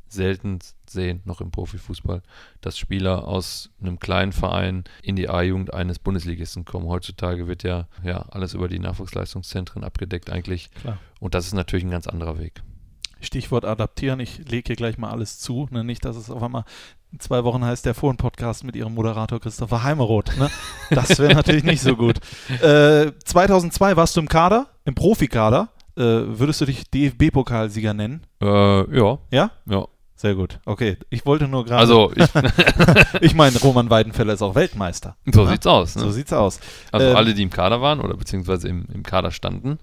selten sehen, noch im Profifußball, dass Spieler aus einem kleinen Verein in die A-Jugend eines Bundesligisten kommen. Heutzutage wird ja alles über die Nachwuchsleistungszentren abgedeckt eigentlich.
Klar.
Und das ist natürlich ein ganz anderer Weg.
Stichwort adaptieren, ich lege hier gleich mal alles zu, ne? Nicht, dass es auf einmal in 2 Wochen heißt, der Fohlen-Podcast mit ihrem Moderator Christopher Heimeroth. Ne? Das wäre natürlich nicht so gut. 2002 warst du im Kader, im Profikader. Würdest du dich DFB-Pokalsieger nennen?
Ja.
Ja?
Ja.
Sehr gut. Okay, ich wollte nur gerade...
Also,
ich meine, Roman Weidenfeller ist auch Weltmeister.
so sieht's aus. Ne?
So sieht's aus.
Also alle, die im Kader waren oder beziehungsweise im Kader standen,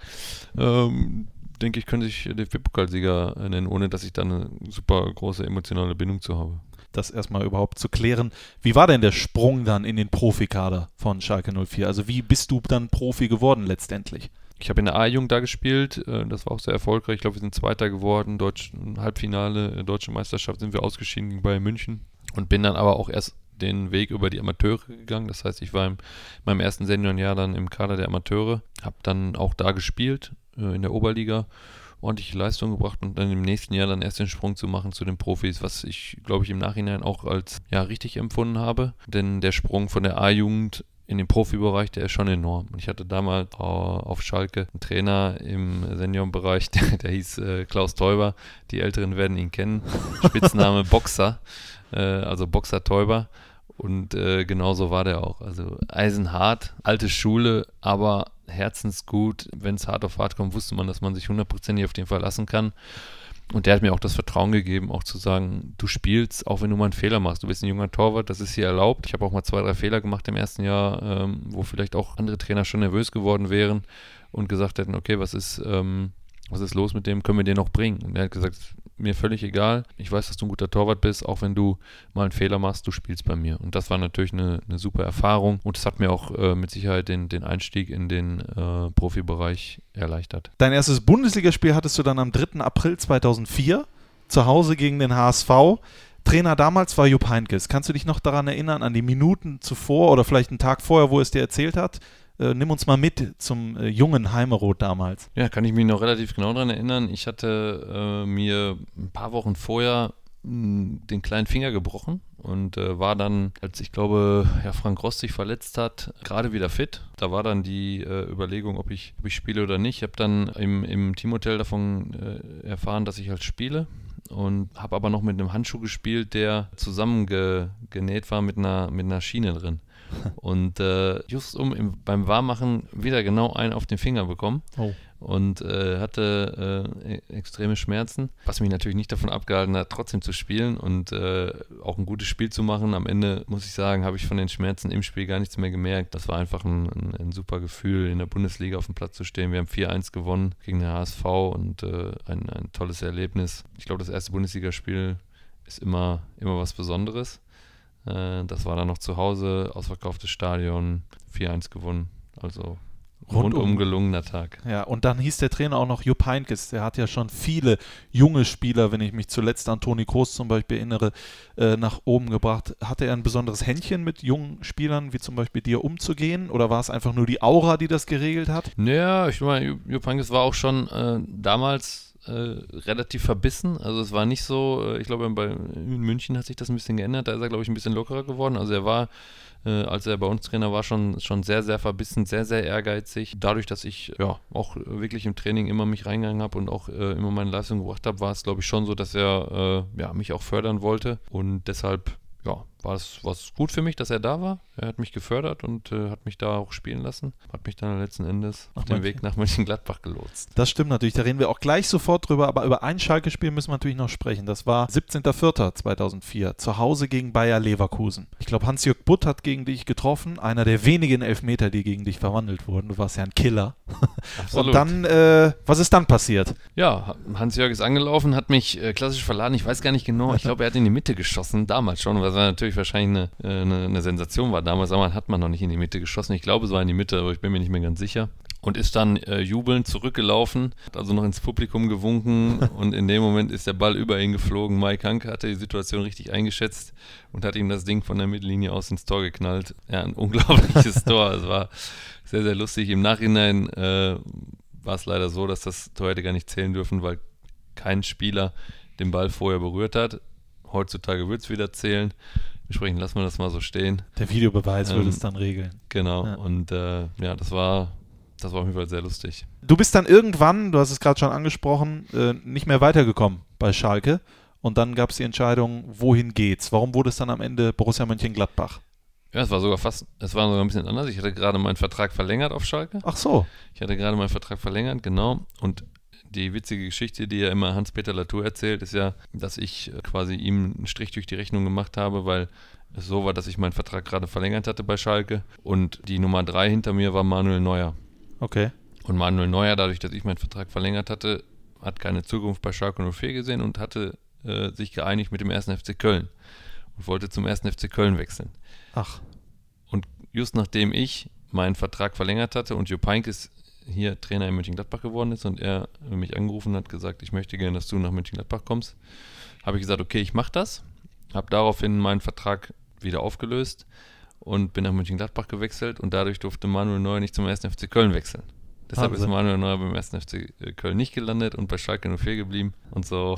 denke ich, könnte ich DFB-Pokalsieger nennen, ohne dass ich da eine super große emotionale Bindung zu habe.
Das erstmal überhaupt zu klären. Wie war denn der Sprung dann in den Profikader von Schalke 04? Also wie bist du dann Profi geworden letztendlich?
Ich habe in der A-Jugend da gespielt, das war auch sehr erfolgreich. Ich glaube, wir sind Zweiter geworden, Halbfinale, Deutsche Meisterschaft sind wir ausgeschieden gegen Bayern München und bin dann aber auch erst den Weg über die Amateure gegangen. Das heißt, ich war in meinem ersten Seniorenjahr dann im Kader der Amateure, habe dann auch da gespielt, in der Oberliga, ordentliche Leistung gebracht und dann im nächsten Jahr dann erst den Sprung zu machen zu den Profis, was ich, glaube ich, im Nachhinein auch als richtig empfunden habe. Denn der Sprung von der A-Jugend in den Profibereich, der ist schon enorm. Und ich hatte damals auf Schalke einen Trainer im Seniorenbereich, der hieß Klaus Teuber. Die Älteren werden ihn kennen. Spitzname Boxer, also Boxer Teuber. Und genauso war der auch. Also eisenhart, alte Schule, aber herzensgut. Wenn es hart auf hart kommt, wusste man, dass man sich 100% auf den verlassen kann. Und der hat mir auch das Vertrauen gegeben, auch zu sagen, du spielst, auch wenn du mal einen Fehler machst. Du bist ein junger Torwart, das ist hier erlaubt. Ich habe auch mal 2, 3 Fehler gemacht im ersten Jahr, wo vielleicht auch andere Trainer schon nervös geworden wären und gesagt hätten, okay, was ist los mit dem, können wir den noch bringen? Und er hat gesagt, mir völlig egal, ich weiß, dass du ein guter Torwart bist, auch wenn du mal einen Fehler machst, du spielst bei mir. Und das war natürlich eine super Erfahrung und es hat mir auch mit Sicherheit den Einstieg in den Profibereich erleichtert.
Dein erstes Bundesligaspiel hattest du dann am 3. April 2004 zu Hause gegen den HSV. Trainer damals war Jupp Heynckes. Kannst du dich noch daran erinnern, an die Minuten zuvor oder vielleicht einen Tag vorher, wo er es dir erzählt hat? Nimm uns mal mit zum jungen Heimeroth damals.
Ja, kann ich mich noch relativ genau daran erinnern. Ich hatte mir ein paar Wochen vorher den kleinen Finger gebrochen und war dann, als ich glaube, Frank Rost sich verletzt hat, gerade wieder fit. Da war dann die Überlegung, ob ich spiele oder nicht. Ich habe dann im Teamhotel davon erfahren, dass ich halt spiele und habe aber noch mit einem Handschuh gespielt, der zusammengenäht war mit einer Schiene drin. Und just beim Warmmachen wieder genau einen auf den Finger bekommen und hatte extreme Schmerzen, was mich natürlich nicht davon abgehalten hat, trotzdem zu spielen und auch ein gutes Spiel zu machen. Am Ende, muss ich sagen, habe ich von den Schmerzen im Spiel gar nichts mehr gemerkt. Das war einfach ein super Gefühl, in der Bundesliga auf dem Platz zu stehen. Wir haben 4-1 gewonnen gegen den HSV und ein tolles Erlebnis. Ich glaube, das erste Bundesligaspiel ist immer was Besonderes. Das war dann noch zu Hause, ausverkauftes Stadion, 4-1 gewonnen. Also rundum gelungener Tag.
Ja, und dann hieß der Trainer auch noch Jupp Heynckes. Der hat ja schon viele junge Spieler, wenn ich mich zuletzt an Toni Kroos zum Beispiel erinnere, nach oben gebracht. Hatte er ein besonderes Händchen mit jungen Spielern, wie zum Beispiel dir, umzugehen? Oder war es einfach nur die Aura, die das geregelt hat?
Naja, ich meine, Jupp Heynckes war auch schon damals relativ verbissen, also es war nicht so, ich glaube in München hat sich das ein bisschen geändert, da ist er glaube ich ein bisschen lockerer geworden, also er war, als er bei uns Trainer war, schon sehr, sehr verbissen, sehr, sehr ehrgeizig. Dadurch, dass ich auch wirklich im Training immer mich reingegangen habe und auch immer meine Leistung gebracht habe, war es glaube ich schon so, dass er mich auch fördern wollte und deshalb war es gut für mich, dass er da war. Er hat mich gefördert und hat mich da auch spielen lassen. Hat mich dann letzten Endes auf den Weg nach Mönchengladbach gelotst.
Das stimmt natürlich, da reden wir auch gleich sofort drüber, aber über ein Schalke-Spiel müssen wir natürlich noch sprechen. Das war 17.04.2004, zu Hause gegen Bayer Leverkusen. Ich glaube, Hans-Jörg Butt hat gegen dich getroffen, einer der wenigen Elfmeter, die gegen dich verwandelt wurden. Du warst ja ein Killer.
Absolut.
Und dann, was ist dann passiert?
Ja, Hans-Jörg ist angelaufen, hat mich klassisch verladen. Ich weiß gar nicht genau, ich glaube, er hat in die Mitte geschossen, damals schon, was natürlich wahrscheinlich eine Sensation war. Damals hat man noch nicht in die Mitte geschossen. Ich glaube, es war in die Mitte, aber ich bin mir nicht mehr ganz sicher. Und ist dann jubelnd zurückgelaufen, hat also noch ins Publikum gewunken und in dem Moment ist der Ball über ihn geflogen. Mike Hanke hatte die Situation richtig eingeschätzt und hat ihm das Ding von der Mittellinie aus ins Tor geknallt. Ja, ein unglaubliches Tor. Es war sehr, sehr lustig. Im Nachhinein war es leider so, dass das Tor hätte gar nicht zählen dürfen, weil kein Spieler den Ball vorher berührt hat. Heutzutage wird es wieder zählen. Entsprechend lassen wir das mal so stehen.
Der Videobeweis würde es dann regeln.
Genau.
Ja.
Und das war auf jeden Fall sehr lustig.
Du bist dann irgendwann, du hast es gerade schon angesprochen, nicht mehr weitergekommen bei Schalke. Und dann gab es die Entscheidung, wohin geht's? Warum wurde es dann am Ende Borussia Mönchengladbach?
Ja, es war sogar ein bisschen anders. Ich hatte gerade meinen Vertrag verlängert auf Schalke.
Ach so.
Ich hatte gerade meinen Vertrag verlängert, genau. Und die witzige Geschichte, die ja immer Hans-Peter Latour erzählt, ist ja, dass ich quasi ihm einen Strich durch die Rechnung gemacht habe, weil es so war, dass ich meinen Vertrag gerade verlängert hatte bei Schalke. Und die Nummer 3 hinter mir war Manuel Neuer.
Okay.
Und Manuel Neuer, dadurch, dass ich meinen Vertrag verlängert hatte, hat keine Zukunft bei Schalke 04 gesehen und hatte sich geeinigt mit dem 1. FC Köln und wollte zum 1. FC Köln wechseln.
Ach.
Und just nachdem ich meinen Vertrag verlängert hatte und Jupp Heynckes hier Trainer in Mönchengladbach geworden ist und er mich angerufen hat, gesagt, ich möchte gerne, dass du nach Mönchengladbach kommst, habe ich gesagt, okay, ich mache das, habe daraufhin meinen Vertrag wieder aufgelöst und bin nach Mönchengladbach gewechselt und dadurch durfte Manuel Neuer nicht zum 1. FC Köln wechseln. Deshalb ist Manuel Neuer beim 1. FC Köln nicht gelandet und bei Schalke 04 geblieben. Und so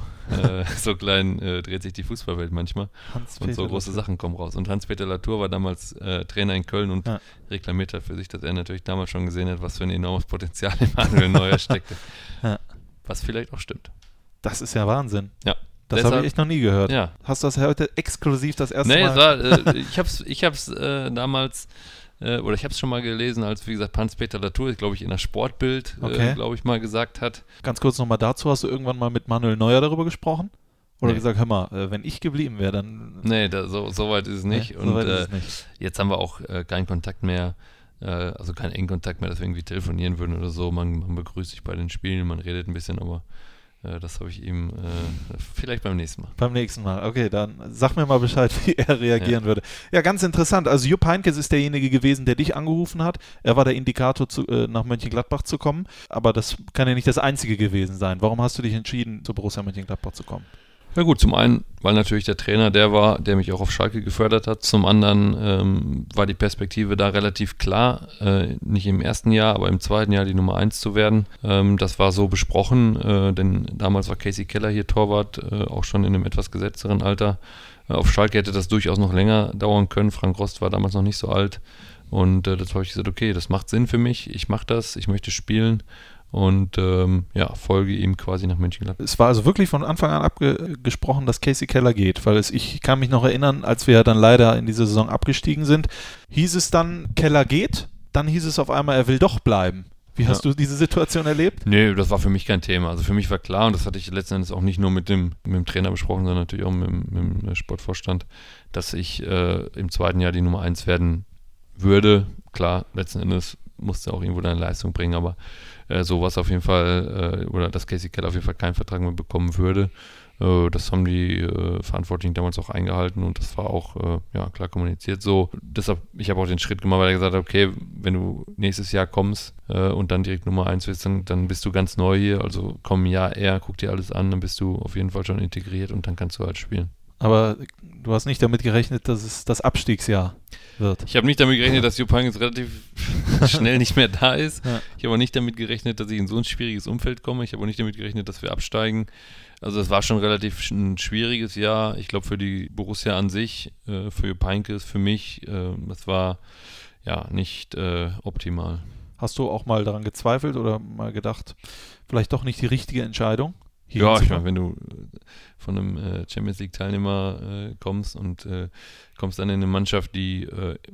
klein dreht sich die Fußballwelt manchmal. Und so große Sachen kommen raus. Und Hans-Peter Latour war damals Trainer in Köln und reklamiert hat für sich, dass er natürlich damals schon gesehen hat, was für ein enormes Potenzial in Manuel Neuer steckte. Ja. Was vielleicht auch stimmt.
Das ist ja Wahnsinn.
Ja.
Das habe ich echt noch nie gehört.
Ja.
Hast du das heute exklusiv das erste Mal?
Ich hab's damals... oder ich habe es schon mal gelesen, als, wie gesagt, Hans-Peter Latour, glaube ich, in der Sportbild, glaube ich, mal gesagt hat.
Ganz kurz nochmal dazu, hast du irgendwann mal mit Manuel Neuer darüber gesprochen? Oder gesagt, hör mal, wenn ich geblieben wäre, dann...
Nee, so weit ist es nicht.
Nee,
und
so weit ist es nicht.
Jetzt haben wir auch keinen Kontakt mehr, also keinen engen Kontakt mehr, dass wir irgendwie telefonieren würden oder so. Man begrüßt sich bei den Spielen, man redet ein bisschen, aber das habe ich ihm vielleicht beim nächsten Mal.
Beim nächsten Mal, okay, dann sag mir mal Bescheid, wie er reagieren würde. Ja, ganz interessant. Also Jupp Heynckes ist derjenige gewesen, der dich angerufen hat. Er war der Indikator, nach Mönchengladbach zu kommen. Aber das kann ja nicht das Einzige gewesen sein. Warum hast du dich entschieden, zu Borussia Mönchengladbach zu kommen?
Ja gut, zum einen, weil natürlich der Trainer der war, der mich auch auf Schalke gefördert hat. Zum anderen war die Perspektive da relativ klar, nicht im ersten Jahr, aber im zweiten Jahr die Nummer 1 zu werden. Das war so besprochen, denn damals war Casey Keller hier Torwart, auch schon in einem etwas gesetzteren Alter. Auf Schalke hätte das durchaus noch länger dauern können. Frank Rost war damals noch nicht so alt. Und das habe ich gesagt, okay, das macht Sinn für mich, ich mache das, ich möchte spielen. Und folge ihm quasi nach Mönchengladbach.
Es war also wirklich von Anfang an abgesprochen, dass Casey Keller geht, weil ich kann mich noch erinnern, als wir dann leider in dieser Saison abgestiegen sind, hieß es dann, Keller geht, dann hieß es auf einmal, er will doch bleiben. Wie hast du diese Situation erlebt?
Nee, das war für mich kein Thema. Also für mich war klar, und das hatte ich letzten Endes auch nicht nur mit dem Trainer besprochen, sondern natürlich auch mit dem Sportvorstand, dass ich im zweiten Jahr die Nummer 1 werden würde. Klar, letzten Endes musste auch irgendwo deine Leistung bringen, aber sowas auf jeden Fall, oder dass Casey Keller auf jeden Fall keinen Vertrag mehr bekommen würde. Das haben die Verantwortlichen damals auch eingehalten und das war auch klar kommuniziert so. Deshalb, ich habe auch den Schritt gemacht, weil er gesagt hat, okay, wenn du nächstes Jahr kommst und dann direkt Nummer 1 wirst, dann bist du ganz neu hier, also komm ein Jahr eher, guck dir alles an, dann bist du auf jeden Fall schon integriert und dann kannst du halt spielen.
Aber du hast nicht damit gerechnet, dass es das Abstiegsjahr wird.
Ich habe nicht damit gerechnet, dass Jupp Heynckes relativ schnell nicht mehr da ist.
Ja.
Ich habe auch nicht damit gerechnet, dass ich in so ein schwieriges Umfeld komme. Ich habe auch nicht damit gerechnet, dass wir absteigen. Also es war schon relativ ein schwieriges Jahr. Ich glaube für die Borussia an sich, für Jupp Heynckes, für mich, das war ja nicht optimal.
Hast du auch mal daran gezweifelt oder mal gedacht, vielleicht doch nicht die richtige Entscheidung?
Ja, ich meine, wenn du von einem Champions League-Teilnehmer kommst und kommst dann in eine Mannschaft, die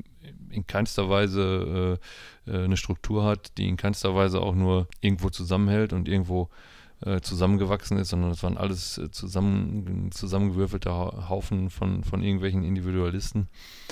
in keinster Weise eine Struktur hat, die in keinster Weise auch nur irgendwo zusammenhält und irgendwo zusammengewachsen ist, sondern das waren alles zusammengewürfelte Haufen von irgendwelchen Individualisten.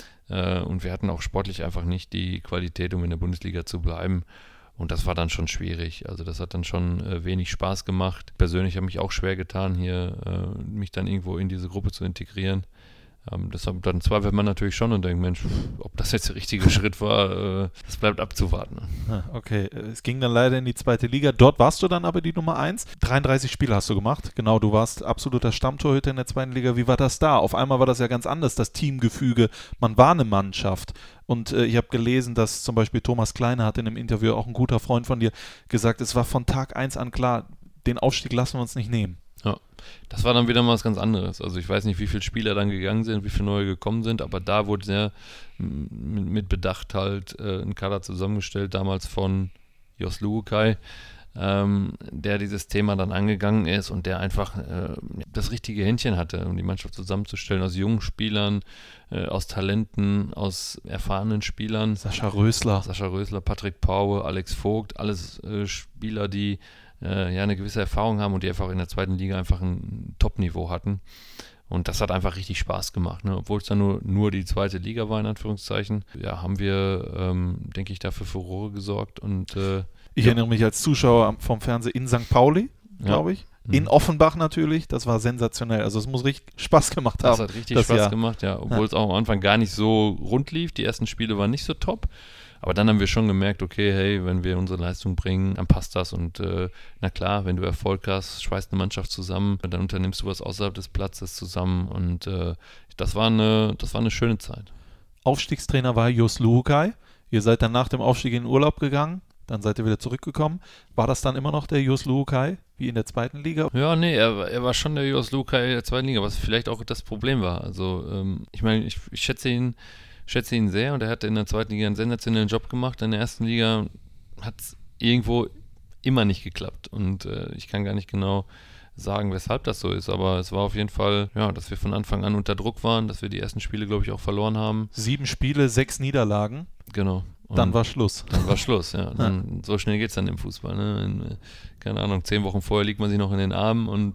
Und wir hatten auch sportlich einfach nicht die Qualität, um in der Bundesliga zu bleiben. Und das war dann schon schwierig. Also das hat dann schon wenig Spaß gemacht. Persönlich habe ich mich auch schwer getan, hier mich dann irgendwo in diese Gruppe zu integrieren. Deshalb dann zweifelt man natürlich schon und denkt, Mensch, ob das jetzt der richtige Schritt war, das bleibt abzuwarten.
Okay, es ging dann leider in die zweite Liga. Dort warst du dann aber die Nummer 1. 33 Spiele hast du gemacht. Genau, du warst absoluter Stammtorhüter in der zweiten Liga. Wie war das da? Auf einmal war das ja ganz anders, das Teamgefüge. Man war eine Mannschaft. Und ich habe gelesen, dass zum Beispiel Thomas Kleine hat in einem Interview, auch ein guter Freund von dir, gesagt, es war von Tag 1 an klar, den Aufstieg lassen wir uns nicht nehmen.
Ja, das war dann wieder mal was ganz anderes. Also ich weiß nicht, wie viele Spieler dann gegangen sind, wie viele neue gekommen sind, aber da wurde sehr mit Bedacht halt ein Kader zusammengestellt, damals von Jos Luhukay, der dieses Thema dann angegangen ist und der einfach das richtige Händchen hatte, um die Mannschaft zusammenzustellen, aus jungen Spielern, aus Talenten, aus erfahrenen Spielern.
Sascha Rösler,
Patrick Paue, Alex Vogt, alles Spieler, die eine gewisse Erfahrung haben und die einfach in der zweiten Liga einfach ein Top-Niveau hatten. Und das hat einfach richtig Spaß gemacht, ne? Obwohl es dann nur die zweite Liga war, in Anführungszeichen. Ja, haben wir, denke ich, dafür Furore gesorgt. Und
ich erinnere mich als Zuschauer vom Fernsehen in St. Pauli, glaube ich. In Offenbach natürlich, das war sensationell. Also es muss richtig Spaß gemacht haben.
Das hat richtig Spaß gemacht, ja. Obwohl es auch am Anfang gar nicht so rund lief. Die ersten Spiele waren nicht so top. Aber dann haben wir schon gemerkt, okay, hey, wenn wir unsere Leistung bringen, dann passt das. Und na klar, wenn du Erfolg hast, schweißt eine Mannschaft zusammen, dann unternimmst du was außerhalb des Platzes zusammen. Und das war eine schöne Zeit.
Aufstiegstrainer war Jos Luhukay. Ihr seid dann nach dem Aufstieg in den Urlaub gegangen. Dann seid ihr wieder zurückgekommen. War das dann immer noch der Jos Luhukay, wie in der zweiten Liga?
Ja, nee, er war schon der Jos Luhukay der zweiten Liga, was vielleicht auch das Problem war. Also ich meine, ich schätze ihn sehr und er hat in der zweiten Liga einen sensationellen Job gemacht. In der ersten Liga hat es irgendwo immer nicht geklappt und ich kann gar nicht genau sagen, weshalb das so ist, aber es war auf jeden Fall, ja, dass wir von Anfang an unter Druck waren, dass wir die ersten Spiele, glaube ich, auch verloren haben.
7 Spiele, 6 Niederlagen.
Genau. Und
dann war Schluss.
Ja. So schnell geht es dann im Fußball. Ne? Keine Ahnung, 10 Wochen vorher liegt man sich noch in den Armen und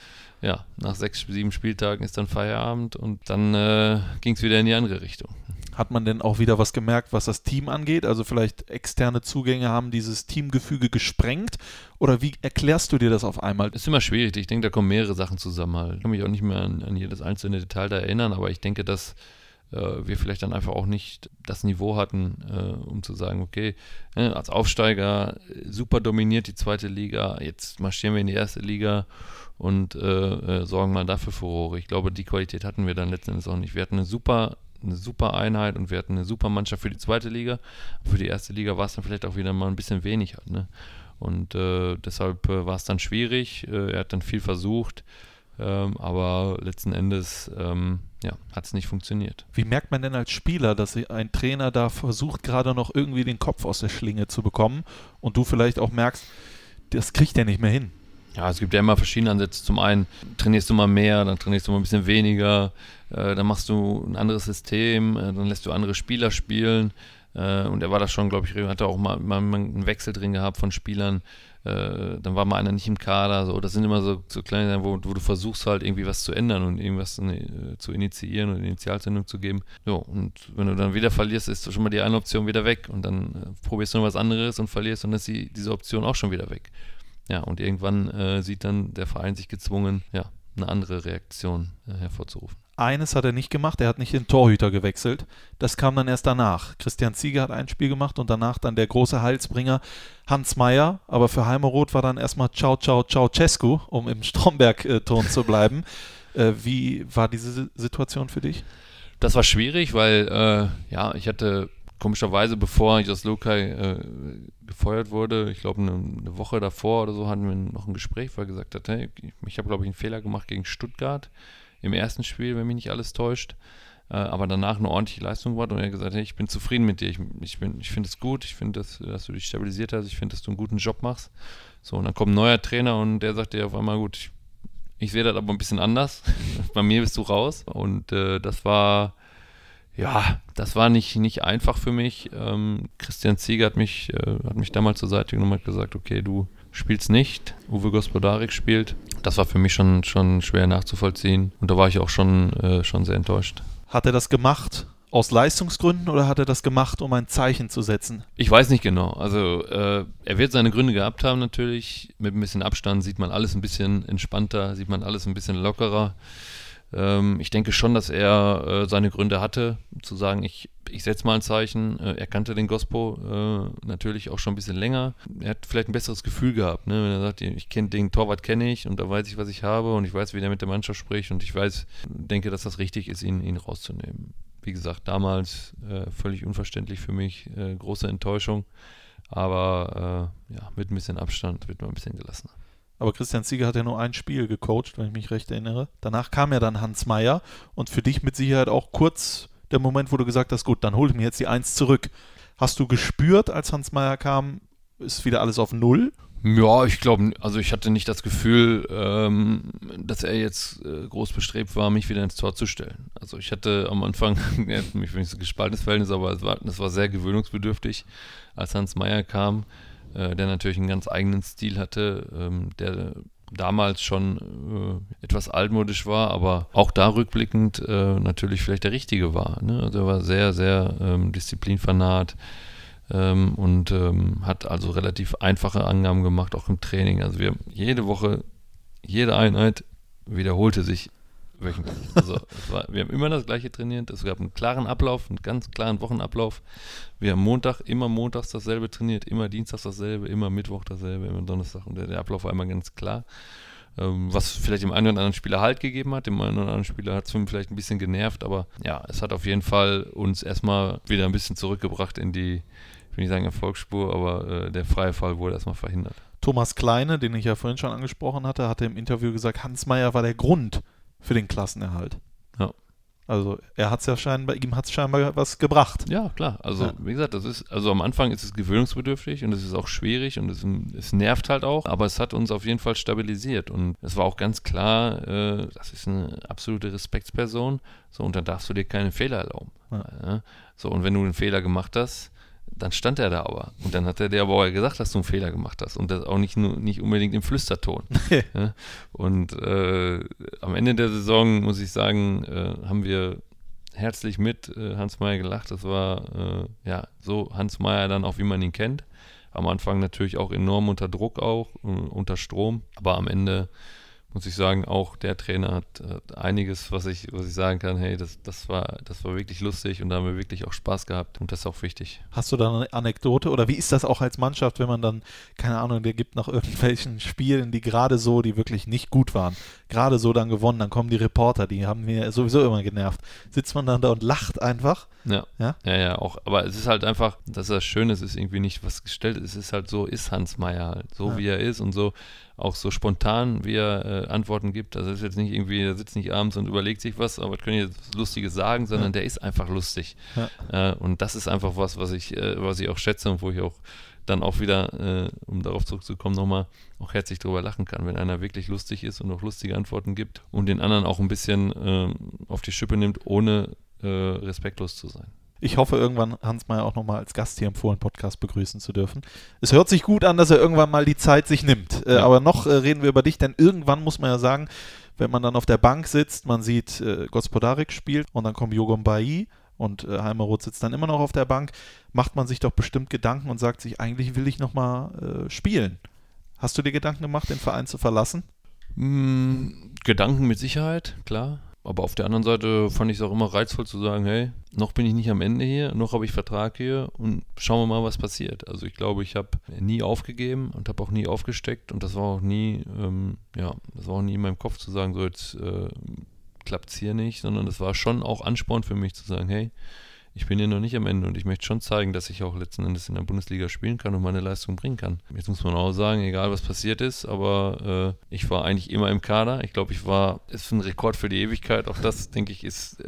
nach 6, 7 Spieltagen ist dann Feierabend und dann ging es wieder in die andere Richtung.
Hat man denn auch wieder was gemerkt, was das Team angeht? Also vielleicht externe Zugänge haben dieses Teamgefüge gesprengt? Oder wie erklärst du dir das auf einmal?
Das ist immer schwierig. Ich denke, da kommen mehrere Sachen zusammen. Halt. Ich kann mich auch nicht mehr an jedes einzelne Detail da erinnern, aber ich denke, dass wir vielleicht dann einfach auch nicht das Niveau hatten, um zu sagen, okay, als Aufsteiger super dominiert die zweite Liga, jetzt marschieren wir in die erste Liga und sorgen mal dafür Furore. Ich glaube, die Qualität hatten wir dann letzten Endes auch nicht. Wir hatten eine super Einheit und wir hatten eine super Mannschaft für die zweite Liga. Für die erste Liga war es dann vielleicht auch wieder mal ein bisschen wenig halt, ne? Und deshalb war es dann schwierig. Er hat dann viel versucht, aber letzten Endes hat es nicht funktioniert.
Wie merkt man denn als Spieler, dass ein Trainer da versucht, gerade noch irgendwie den Kopf aus der Schlinge zu bekommen und du vielleicht auch merkst, das kriegt er nicht mehr hin?
Ja, es gibt ja immer verschiedene Ansätze. Zum einen trainierst du mal mehr, dann trainierst du mal ein bisschen weniger, dann machst du ein anderes System, dann lässt du andere Spieler spielen. Und er war da schon, glaube ich, hatte auch mal einen Wechsel drin gehabt von Spielern. Dann war mal einer nicht im Kader. So. Das sind immer so kleine Sachen, wo du versuchst halt irgendwie was zu ändern und irgendwas zu initiieren und Initialzündung zu geben. So, und wenn du dann wieder verlierst, ist schon mal die eine Option wieder weg und dann probierst du noch was anderes und verlierst und dann ist diese Option auch schon wieder weg. Ja, und irgendwann sieht dann der Verein sich gezwungen, eine andere Reaktion hervorzurufen.
Eines hat er nicht gemacht, er hat nicht den Torhüter gewechselt. Das kam dann erst danach. Christian Ziege hat ein Spiel gemacht und danach dann der große Heilsbringer Hans Meyer. Aber für Heimeroth war dann erstmal Ciao, Ciao, Ceausescu, um im Stromberg-Ton zu bleiben. Wie war diese Situation für dich?
Das war schwierig, weil ich hatte komischerweise, bevor Jos Luhukay gefeuert wurde, ich glaube eine Woche davor oder so, hatten wir noch ein Gespräch, wo er gesagt hat, hey, ich habe, glaube ich, einen Fehler gemacht gegen Stuttgart im ersten Spiel, wenn mich nicht alles täuscht, aber danach eine ordentliche Leistung war und er hat gesagt, hey, ich bin zufrieden mit dir, ich finde es gut, ich finde, dass du dich stabilisiert hast, ich finde, dass du einen guten Job machst. So, und dann kommt ein neuer Trainer und der sagt dir auf einmal, gut, ich sehe das aber ein bisschen anders, bei mir bist du raus und das war nicht einfach für mich. Christian Ziege hat mich damals zur Seite genommen und hat gesagt, okay, du spielst nicht, Uwe Gospodarik spielt. Das war für mich schon schwer nachzuvollziehen und da war ich auch schon sehr enttäuscht.
Hat er das gemacht aus Leistungsgründen oder hat er das gemacht, um ein Zeichen zu setzen?
Ich weiß nicht genau. Also er wird seine Gründe gehabt haben natürlich. Mit ein bisschen Abstand sieht man alles ein bisschen entspannter, sieht man alles ein bisschen lockerer. Ich denke schon, dass er seine Gründe hatte, zu sagen, ich setze mal ein Zeichen. Er kannte den Gospo natürlich auch schon ein bisschen länger. Er hat vielleicht ein besseres Gefühl gehabt, ne? Wenn er sagt, den Torwart kenne ich und da weiß ich, was ich habe und ich weiß, wie der mit der Mannschaft spricht und ich denke, dass das richtig ist, ihn rauszunehmen. Wie gesagt, damals völlig unverständlich für mich, große Enttäuschung, aber mit ein bisschen Abstand wird man ein bisschen gelassener.
Aber Christian Ziege hat ja nur ein Spiel gecoacht, wenn ich mich recht erinnere. Danach kam ja dann Hans Meyer und für dich mit Sicherheit auch kurz der Moment, wo du gesagt hast, gut, dann hole ich mir jetzt die 1 zurück. Hast du gespürt, als Hans Meyer kam, ist wieder alles auf Null?
Ja, ich glaube, also ich hatte nicht das Gefühl, dass er jetzt groß bestrebt war, mich wieder ins Tor zu stellen. Also ich hatte am Anfang, mich nicht so ein gespaltenes Verhältnis, aber das war sehr gewöhnungsbedürftig, als Hans Meyer kam, der natürlich einen ganz eigenen Stil hatte, der damals schon etwas altmodisch war, aber auch da rückblickend natürlich vielleicht der Richtige war. Ne? Also er war sehr, sehr disziplinfanat und hat also relativ einfache Angaben gemacht, auch im Training. Also wir jede Woche, jede Einheit wiederholte sich wöchentlich. Also wir haben immer das Gleiche trainiert. Es gab einen klaren Ablauf, einen ganz klaren Wochenablauf. Wir haben immer montags dasselbe trainiert, immer dienstags dasselbe, immer Mittwoch dasselbe, immer Donnerstag. Und der Ablauf war immer ganz klar. Was vielleicht dem einen oder anderen Spieler Halt gegeben hat, dem einen oder anderen Spieler hat es vielleicht ein bisschen genervt, aber ja, es hat auf jeden Fall uns erstmal wieder ein bisschen zurückgebracht in die, ich will nicht sagen Erfolgsspur, aber der freie Fall wurde erstmal verhindert.
Thomas Kleine, den ich ja vorhin schon angesprochen hatte, hatte im Interview gesagt, Hans Meyer war der Grund für den Klassenerhalt.
Ja.
Also ihm hat es scheinbar was gebracht.
Ja, klar. Also
ja.
Wie gesagt, also am Anfang ist es gewöhnungsbedürftig und es ist auch schwierig und es nervt halt auch, aber es hat uns auf jeden Fall stabilisiert und es war auch ganz klar, das ist eine absolute Respektsperson, so, und dann darfst du dir keine Fehler erlauben. Ja. So, und wenn du einen Fehler gemacht hast, dann stand er da aber. Und dann hat er dir aber auch gesagt, dass du einen Fehler gemacht hast. Und das auch nicht unbedingt im Flüsterton. Ja? Und am Ende der Saison, muss ich sagen, haben wir herzlich mit Hans Meyer gelacht. Das war so Hans Meyer dann auch, wie man ihn kennt. Am Anfang natürlich auch enorm unter Druck, auch unter Strom. Aber am Ende muss ich sagen, auch der Trainer hat einiges, was ich sagen kann, hey, das war wirklich lustig und da haben wir wirklich auch Spaß gehabt und das ist auch wichtig.
Hast du da eine Anekdote oder wie ist das auch als Mannschaft, wenn man dann, keine Ahnung, der gibt nach irgendwelchen Spielen, die wirklich nicht gut waren, gerade so dann gewonnen, dann kommen die Reporter, die haben mir sowieso immer genervt. Sitzt man dann da und lacht einfach?
Ja, auch, aber es ist halt einfach, dass das Schöne ist, irgendwie nicht was gestellt ist, es ist halt so, ist Hans Meyer halt, so wie er ist und so, auch so spontan, wie er Antworten gibt. Also ist jetzt nicht irgendwie, er sitzt nicht abends und überlegt sich was, aber können jetzt Lustiges sagen, sondern der ist einfach lustig. Ja. Und das ist einfach was ich auch schätze und wo ich auch dann auch wieder, um darauf zurückzukommen, nochmal auch herzlich drüber lachen kann, wenn einer wirklich lustig ist und auch lustige Antworten gibt und den anderen auch ein bisschen auf die Schippe nimmt, ohne respektlos zu sein.
Ich hoffe, irgendwann Hans Meyer auch nochmal als Gast hier im Fohlen-Podcast begrüßen zu dürfen. Es hört sich gut an, dass er irgendwann mal die Zeit sich nimmt. Aber noch reden wir über dich, denn irgendwann muss man ja sagen, wenn man dann auf der Bank sitzt, man sieht, Gospodarik spielt und dann kommt Jogom Bailly und Heimeroth sitzt dann immer noch auf der Bank, macht man sich doch bestimmt Gedanken und sagt sich, eigentlich will ich nochmal spielen. Hast du dir Gedanken gemacht, den Verein zu verlassen?
Gedanken mit Sicherheit, klar. Aber auf der anderen Seite fand ich es auch immer reizvoll zu sagen, hey, noch bin ich nicht am Ende hier, noch habe ich Vertrag hier und schauen wir mal, was passiert. Also ich glaube, ich habe nie aufgegeben und habe auch nie aufgesteckt und das war auch nie, in meinem Kopf zu sagen, so jetzt klappt es hier nicht, sondern das war schon auch Ansporn für mich zu sagen, hey, ich bin hier noch nicht am Ende und ich möchte schon zeigen, dass ich auch letzten Endes in der Bundesliga spielen kann und meine Leistung bringen kann. Jetzt muss man auch sagen, egal was passiert ist, aber ich war eigentlich immer im Kader. Ich glaube, ist ein Rekord für die Ewigkeit. Auch das, denke ich, ist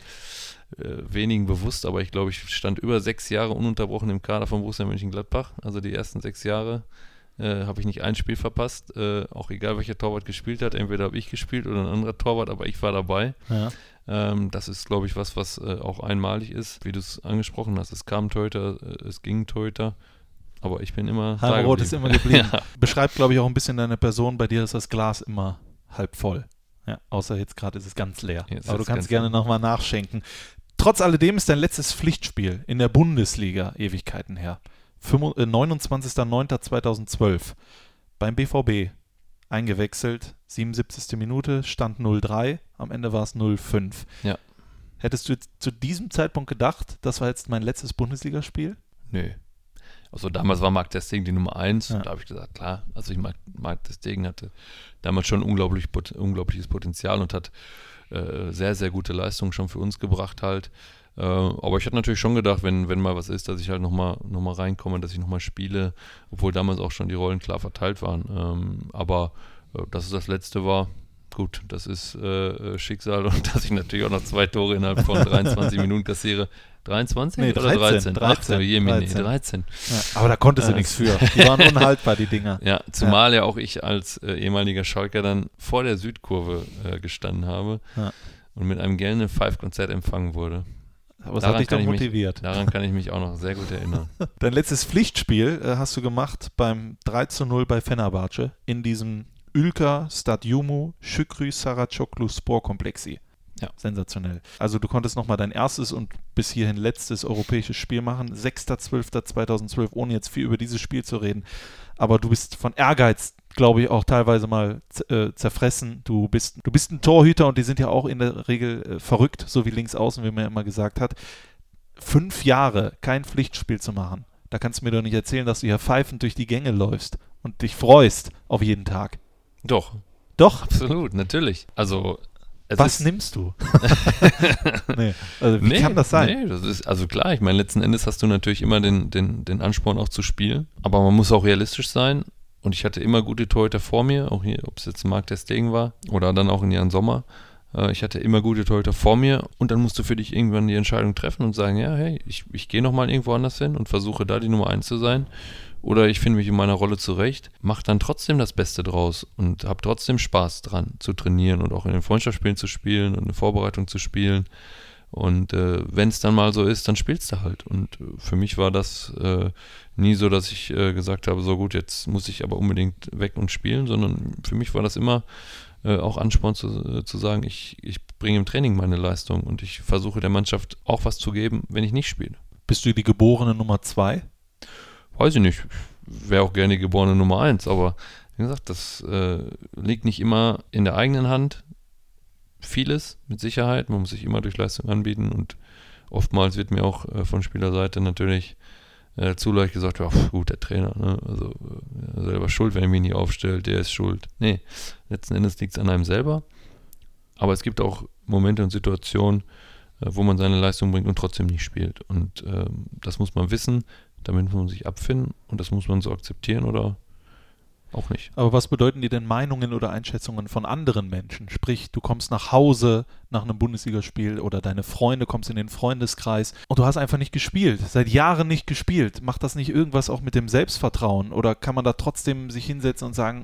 wenigen bewusst, aber ich glaube, ich stand über 6 Jahre ununterbrochen im Kader von Borussia Mönchengladbach. Also die ersten 6 Jahre habe ich nicht ein Spiel verpasst, auch egal welcher Torwart gespielt hat, entweder habe ich gespielt oder ein anderer Torwart, aber ich war dabei. Ja. Das ist, glaube ich, was auch einmalig ist, wie du es angesprochen hast. Es kam Torhüter, es ging Torhüter, aber ich bin immer da geblieben.
Heimeroth ist immer geblieben. Ja. Beschreibt, glaube ich, auch ein bisschen deine Person. Bei dir ist das Glas immer halb voll. Ja, außer jetzt gerade ist es ganz leer. Aber du kannst gerne nochmal nachschenken. Trotz alledem ist dein letztes Pflichtspiel in der Bundesliga Ewigkeiten her. 29.09.2012 beim BVB eingewechselt, 77. Minute, Stand 0-3, am Ende war es 0-5.
Ja.
Hättest du zu diesem Zeitpunkt gedacht, das war jetzt mein letztes Bundesligaspiel?
Nö. Also damals war Marc ter Stegen die Nummer 1 und da habe ich gesagt, klar, also Marc ter Stegen hatte damals schon unglaubliches Potenzial und hat sehr, sehr gute Leistungen schon für uns gebracht halt. Aber ich hatte natürlich schon gedacht, wenn mal was ist, dass ich halt nochmal reinkomme, dass ich nochmal spiele, obwohl damals auch schon die Rollen klar verteilt waren. Aber dass es das Letzte war, gut, das ist Schicksal und dass ich natürlich auch noch 2 Tore innerhalb von 23 Minuten kassiere. 23
Nee,
oder 13?
13.
13.
Ja, aber da konntest du nichts für. Die waren unhaltbar, die Dinger.
Ja, zumal ja auch ich als ehemaliger Schalker dann vor der Südkurve gestanden habe und mit einem gelben Five-Konzert empfangen wurde.
Aber es hat dich doch motiviert.
Daran kann ich mich auch noch sehr gut erinnern.
Dein letztes Pflichtspiel hast du gemacht beim 3:0 bei Fenerbahce in diesem Ülker Stadyumu Şükrü Saraçoğlu Sporkompleksi.
Ja.
Sensationell. Also du konntest nochmal dein erstes und bis hierhin letztes europäisches Spiel machen. 6.12.2012, ohne jetzt viel über dieses Spiel zu reden. Aber du bist von Ehrgeiz, glaube ich, auch teilweise mal zerfressen. Du bist ein Torhüter und die sind ja auch in der Regel verrückt, so wie links außen, wie man ja immer gesagt hat. 5 Jahre kein Pflichtspiel zu machen. Da kannst du mir doch nicht erzählen, dass du hier pfeifend durch die Gänge läufst und dich freust auf jeden Tag.
Doch.
Doch?
Absolut, natürlich. Also
was nimmst du? Nee. Also wie kann das sein?
Nee, das ist, also klar, ich meine, letzten Endes hast du natürlich immer den Ansporn auch zu spielen, aber man muss auch realistisch sein und ich hatte immer gute Torhüter vor mir, auch hier, ob es jetzt Marc ter Stegen war oder dann auch in Jan Sommer. Ich hatte immer gute Torhüter vor mir und dann musst du für dich irgendwann die Entscheidung treffen und sagen, ja, hey, ich gehe nochmal irgendwo anders hin und versuche da die Nummer 1 zu sein. Oder ich finde mich in meiner Rolle zurecht, mache dann trotzdem das Beste draus und habe trotzdem Spaß dran zu trainieren und auch in den Freundschaftsspielen zu spielen und eine Vorbereitung zu spielen. Und wenn es dann mal so ist, dann spielst du halt. Und für mich war das nie so, dass ich gesagt habe, so gut, jetzt muss ich aber unbedingt weg und spielen, sondern für mich war das immer auch Ansporn zu sagen, ich bringe im Training meine Leistung und ich versuche der Mannschaft auch was zu geben, wenn ich nicht spiele.
Bist du die geborene Nummer 2?
Weiß ich nicht. Wäre auch gerne die geborene Nummer 1, aber wie gesagt, das liegt nicht immer in der eigenen Hand. Vieles, mit Sicherheit. Man muss sich immer durch Leistung anbieten und oftmals wird mir auch von Spielerseite natürlich zu leicht gesagt, ja, gut, der Trainer, ne? Also selber schuld, wenn er mich nicht aufstellt, der ist schuld. Nee, letzten Endes liegt es an einem selber. Aber es gibt auch Momente und Situationen, wo man seine Leistung bringt und trotzdem nicht spielt. Und das muss man wissen. Damit muss man sich abfinden und das muss man so akzeptieren oder auch nicht.
Aber was bedeuten dir denn Meinungen oder Einschätzungen von anderen Menschen? Sprich, du kommst nach Hause nach einem Bundesligaspiel oder deine Freunde, kommst in den Freundeskreis und du hast einfach nicht gespielt, seit Jahren nicht gespielt. Macht das nicht irgendwas auch mit dem Selbstvertrauen oder kann man da trotzdem sich hinsetzen und sagen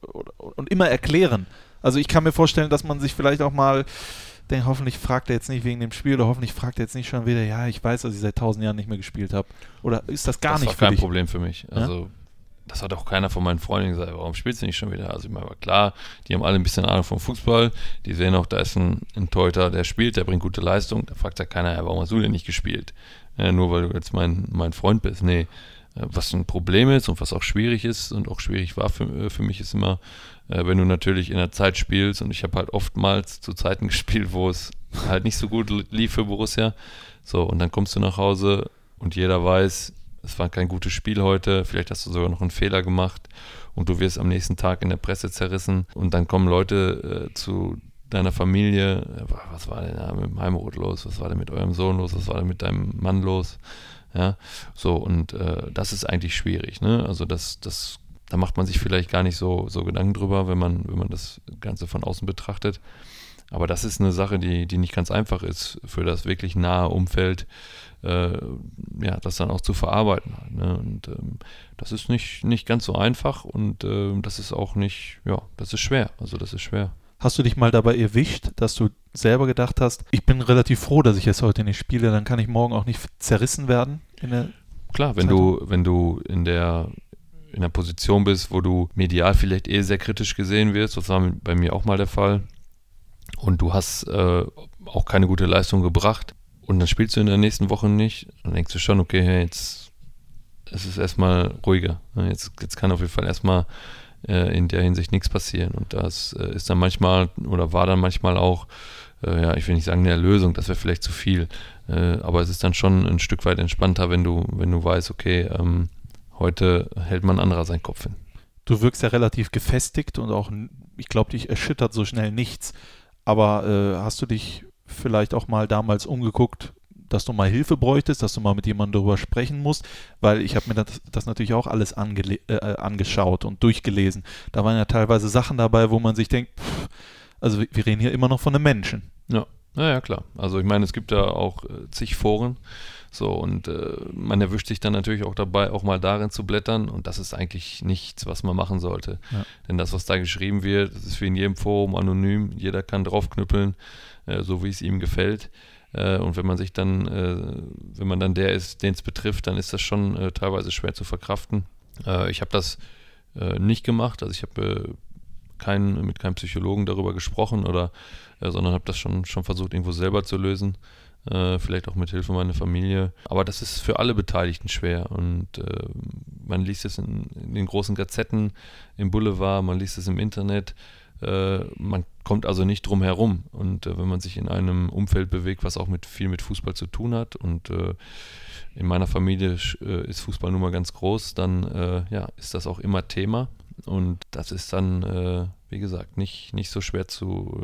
und immer erklären? Also ich kann mir vorstellen, dass man sich vielleicht auch mal denkt, hoffentlich fragt er jetzt nicht wegen dem Spiel oder hoffentlich fragt er jetzt nicht schon wieder, ja, ich weiß, dass ich seit 1000 Jahren nicht mehr gespielt habe. Oder ist das gar nicht für dich?
Das war kein Problem für mich. Also das hat auch keiner von meinen Freunden gesagt, warum spielst du nicht schon wieder? Also ich meine, klar, die haben alle ein bisschen Ahnung vom Fußball, die sehen auch, da ist ein Torhüter, der spielt, der bringt gute Leistung, da fragt ja keiner, ja, warum hast du denn nicht gespielt? Nur weil du jetzt mein Freund bist. Nee, was ein Problem ist und was auch schwierig ist und auch schwierig war für mich ist immer, wenn du natürlich in der Zeit spielst und ich habe halt oftmals zu Zeiten gespielt, wo es halt nicht so gut lief für Borussia. So, und dann kommst du nach Hause und jeder weiß, es war kein gutes Spiel heute, vielleicht hast du sogar noch einen Fehler gemacht und du wirst am nächsten Tag in der Presse zerrissen und dann kommen Leute zu deiner Familie, was war denn da mit dem Heimerod los, was war denn mit eurem Sohn los, was war denn mit deinem Mann los, ja, so und das ist eigentlich schwierig, ne, also da macht man sich vielleicht gar nicht so Gedanken drüber, wenn man das Ganze von außen betrachtet, aber das ist eine Sache, die nicht ganz einfach ist für das wirklich nahe Umfeld, das dann auch zu verarbeiten. Ne? Und das ist nicht ganz so einfach und das ist auch nicht, das ist schwer. Also das ist schwer.
Hast du dich mal dabei erwischt, dass du selber gedacht hast, ich bin relativ froh, dass ich jetzt heute nicht spiele, dann kann ich morgen auch nicht zerrissen werden?
Klar, wenn du in der Position bist, wo du medial vielleicht sehr kritisch gesehen wirst, das war bei mir auch mal der Fall, und du hast auch keine gute Leistung gebracht und dann spielst du in der nächsten Woche nicht, dann denkst du schon, okay, hey, jetzt ist es erstmal ruhiger. Jetzt kann auf jeden Fall erstmal in der Hinsicht nichts passieren. Und das ist dann manchmal oder war dann manchmal auch, ich will nicht sagen eine Erlösung, das wäre vielleicht zu viel, aber es ist dann schon ein Stück weit entspannter, wenn du weißt, okay, heute hält man anderer seinen Kopf hin.
Du wirkst ja relativ gefestigt und auch, ich glaube, dich erschüttert so schnell nichts. Aber hast du dich vielleicht auch mal damals umgeguckt, dass du mal Hilfe bräuchtest, dass du mal mit jemandem darüber sprechen musst, weil ich habe mir das natürlich auch alles angeschaut und durchgelesen. Da waren ja teilweise Sachen dabei, wo man sich denkt, also wir reden hier immer noch von einem Menschen.
Ja. Ja, klar. Also ich meine, es gibt ja auch zig Foren, so, und man erwischt sich dann natürlich auch dabei, auch mal darin zu blättern, und das ist eigentlich nichts, was man machen sollte. Ja. Denn das, was da geschrieben wird, das ist wie in jedem Forum anonym, jeder kann draufknüppeln, so wie es ihm gefällt. Und wenn man sich dann, wenn man dann der ist, den es betrifft, dann ist das schon teilweise schwer zu verkraften. Ich habe das nicht gemacht, also ich habe mit keinem Psychologen darüber gesprochen sondern habe das schon versucht, irgendwo selber zu lösen, vielleicht auch mit Hilfe meiner Familie. Aber das ist für alle Beteiligten schwer, und man liest es in den großen Gazetten, im Boulevard, man liest es im Internet, man kommt also nicht drum herum, und wenn man sich in einem Umfeld bewegt, was auch viel mit Fußball zu tun hat, und in meiner Familie ist Fußball nun mal ganz groß, dann ist das auch immer Thema. Und das ist dann, wie gesagt, nicht so schwer zu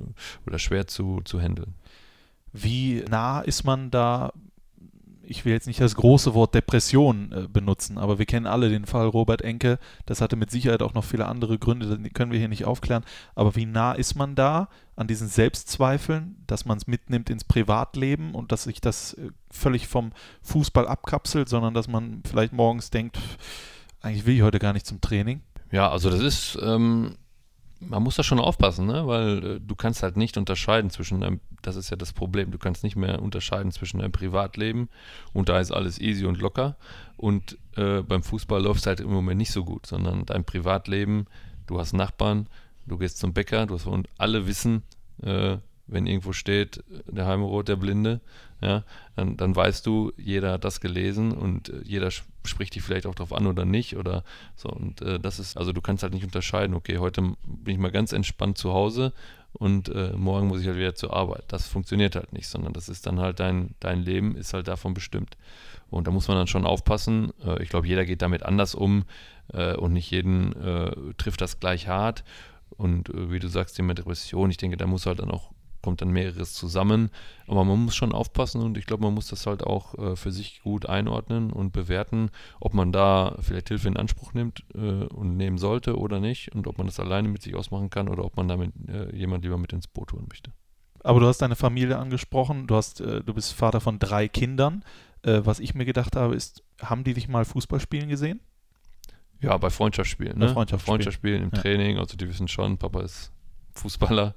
handeln.
Wie nah ist man da? Ich will jetzt nicht das große Wort Depression benutzen, aber wir kennen alle den Fall Robert Enke. Das hatte mit Sicherheit auch noch viele andere Gründe, die können wir hier nicht aufklären. Aber wie nah ist man da an diesen Selbstzweifeln, dass man es mitnimmt ins Privatleben und dass sich das völlig vom Fußball abkapselt, sondern dass man vielleicht morgens denkt, eigentlich will ich heute gar nicht zum Training?
Ja, also das ist, man muss da schon aufpassen, ne? Weil du kannst halt nicht unterscheiden das ist ja das Problem, du kannst nicht mehr unterscheiden zwischen deinem Privatleben, und da ist alles easy und locker, und beim Fußball läuft es halt im Moment nicht so gut, sondern dein Privatleben, du hast Nachbarn, du gehst zum Bäcker, und alle wissen, wenn irgendwo steht, der Heimerod, der Blinde, ja, dann weißt du, jeder hat das gelesen, und jeder spricht dich vielleicht auch drauf an oder nicht, oder so, und das ist, also du kannst halt nicht unterscheiden, okay, heute bin ich mal ganz entspannt zu Hause, und morgen muss ich halt wieder zur Arbeit. Das funktioniert halt nicht, sondern das ist dann halt dein Leben ist halt davon bestimmt. Und da muss man dann schon aufpassen. Ich glaube, jeder geht damit anders um, und nicht jeden trifft das gleich hart. Und wie du sagst, Thema Depression, ich denke, da kommt dann mehreres zusammen, aber man muss schon aufpassen, und ich glaube, man muss das halt auch für sich gut einordnen und bewerten, ob man da vielleicht Hilfe in Anspruch nimmt und nehmen sollte oder nicht, und ob man das alleine mit sich ausmachen kann oder ob man damit jemand lieber mit ins Boot holen möchte.
Aber du hast deine Familie angesprochen, du bist Vater von 3 Kindern. Was ich mir gedacht habe, ist, haben die dich mal Fußball spielen gesehen?
Ja, bei Freundschaftsspielen. Ne?
Bei Freundschaftsspielen
im Training, also die wissen schon, Papa ist Fußballer,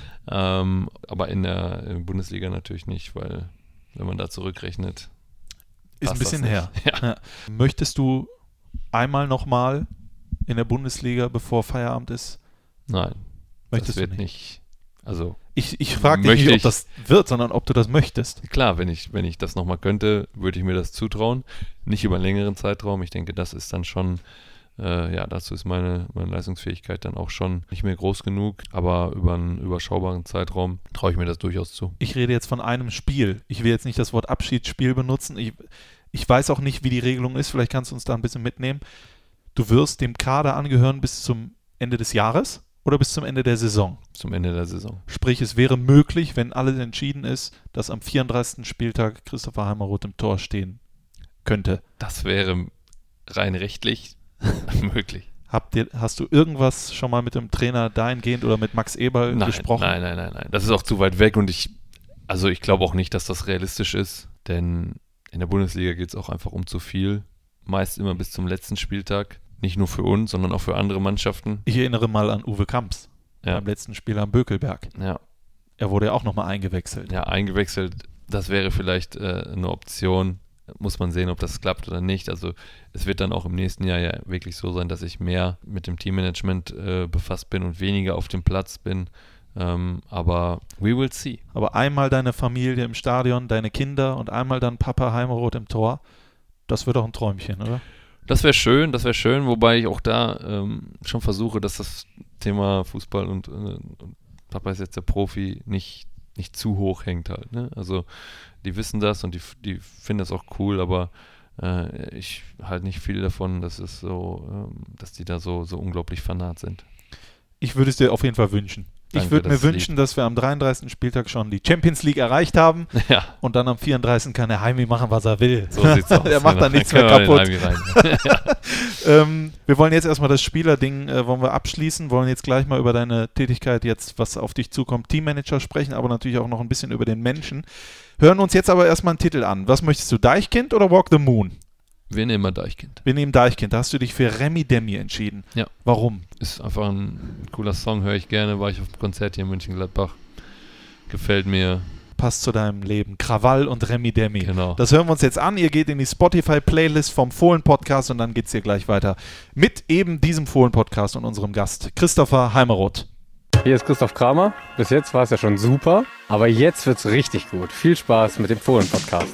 aber in der Bundesliga natürlich nicht, weil wenn man da zurückrechnet,
ist ein bisschen her. Ja. Möchtest du einmal nochmal in der Bundesliga, bevor Feierabend ist?
Nein,
möchtest
das wird nicht. Also
ich frage dich nicht, ob das wird, sondern ob du das möchtest.
Klar, wenn ich das nochmal könnte, würde ich mir das zutrauen. Nicht über einen längeren Zeitraum. Ich denke, das ist dann schon dazu ist meine Leistungsfähigkeit dann auch schon nicht mehr groß genug, aber über einen überschaubaren Zeitraum traue ich mir das durchaus zu.
Ich rede jetzt von einem Spiel. Ich will jetzt nicht das Wort Abschiedsspiel benutzen. Ich weiß auch nicht, wie die Regelung ist. Vielleicht kannst du uns da ein bisschen mitnehmen. Du wirst dem Kader angehören bis zum Ende des Jahres oder bis zum Ende der Saison?
Zum Ende der Saison.
Sprich, es wäre möglich, wenn alles entschieden ist, dass am 34. Spieltag Christopher Heimerod im Tor stehen könnte.
Das wäre rein rechtlich möglich.
Hast du irgendwas schon mal mit dem Trainer dahingehend oder mit Max Eberl gesprochen?
Nein. Das ist auch zu weit weg, und ich glaube auch nicht, dass das realistisch ist, denn in der Bundesliga geht es auch einfach um zu viel. Meist immer bis zum letzten Spieltag. Nicht nur für uns, sondern auch für andere Mannschaften.
Ich erinnere mal an Uwe Kamps beim letzten Spiel am Bökelberg.
Ja.
Er wurde ja auch nochmal eingewechselt.
Ja, eingewechselt. Das wäre vielleicht eine Option. Muss man sehen, ob das klappt oder nicht. Also es wird dann auch im nächsten Jahr ja wirklich so sein, dass ich mehr mit dem Teammanagement befasst bin und weniger auf dem Platz bin. Aber we will see.
Aber einmal deine Familie im Stadion, deine Kinder und einmal dann Papa Heimerod im Tor, das wird doch ein Träumchen, oder?
Das wäre schön, wobei ich auch da schon versuche, dass das Thema Fußball und Papa ist jetzt der Profi nicht zu hoch hängt halt. Ne? Also die wissen das und die finden das auch cool, aber ich halte nicht viel davon, dass es so, dass die da so unglaublich fanat sind.
Ich würde es dir auf jeden Fall wünschen. Ich würde mir wünschen, dass wir am 33. Spieltag schon die Champions League erreicht haben und dann am 34. kann der Heimi machen, was er will.
So sieht's aus.
Er macht dann nichts mehr kaputt. Wir wollen jetzt erstmal das Spielerding wollen wir abschließen, wollen jetzt gleich mal über deine Tätigkeit jetzt, was auf dich zukommt, Teammanager sprechen, aber natürlich auch noch ein bisschen über den Menschen. Hören uns jetzt aber erstmal einen Titel an. Was möchtest du, Deichkind oder Walk the Moon?
Wir nehmen mal Deichkind.
Wir nehmen Deichkind. Da hast du dich für Remi Demi entschieden.
Ja.
Warum?
Ist einfach ein cooler Song, höre ich gerne. War ich auf dem Konzert hier in Mönchengladbach. Gefällt mir.
Passt zu deinem Leben. Krawall und Remi Demi.
Genau.
Das hören wir uns jetzt an. Ihr geht in die Spotify-Playlist vom Fohlen-Podcast und dann geht es hier gleich weiter mit eben diesem Fohlen-Podcast und unserem Gast Christopher Heimeroth.
Hier ist Christoph Kramer. Bis jetzt war es ja schon super, aber jetzt wird es richtig gut. Viel Spaß mit dem Fohlen-Podcast.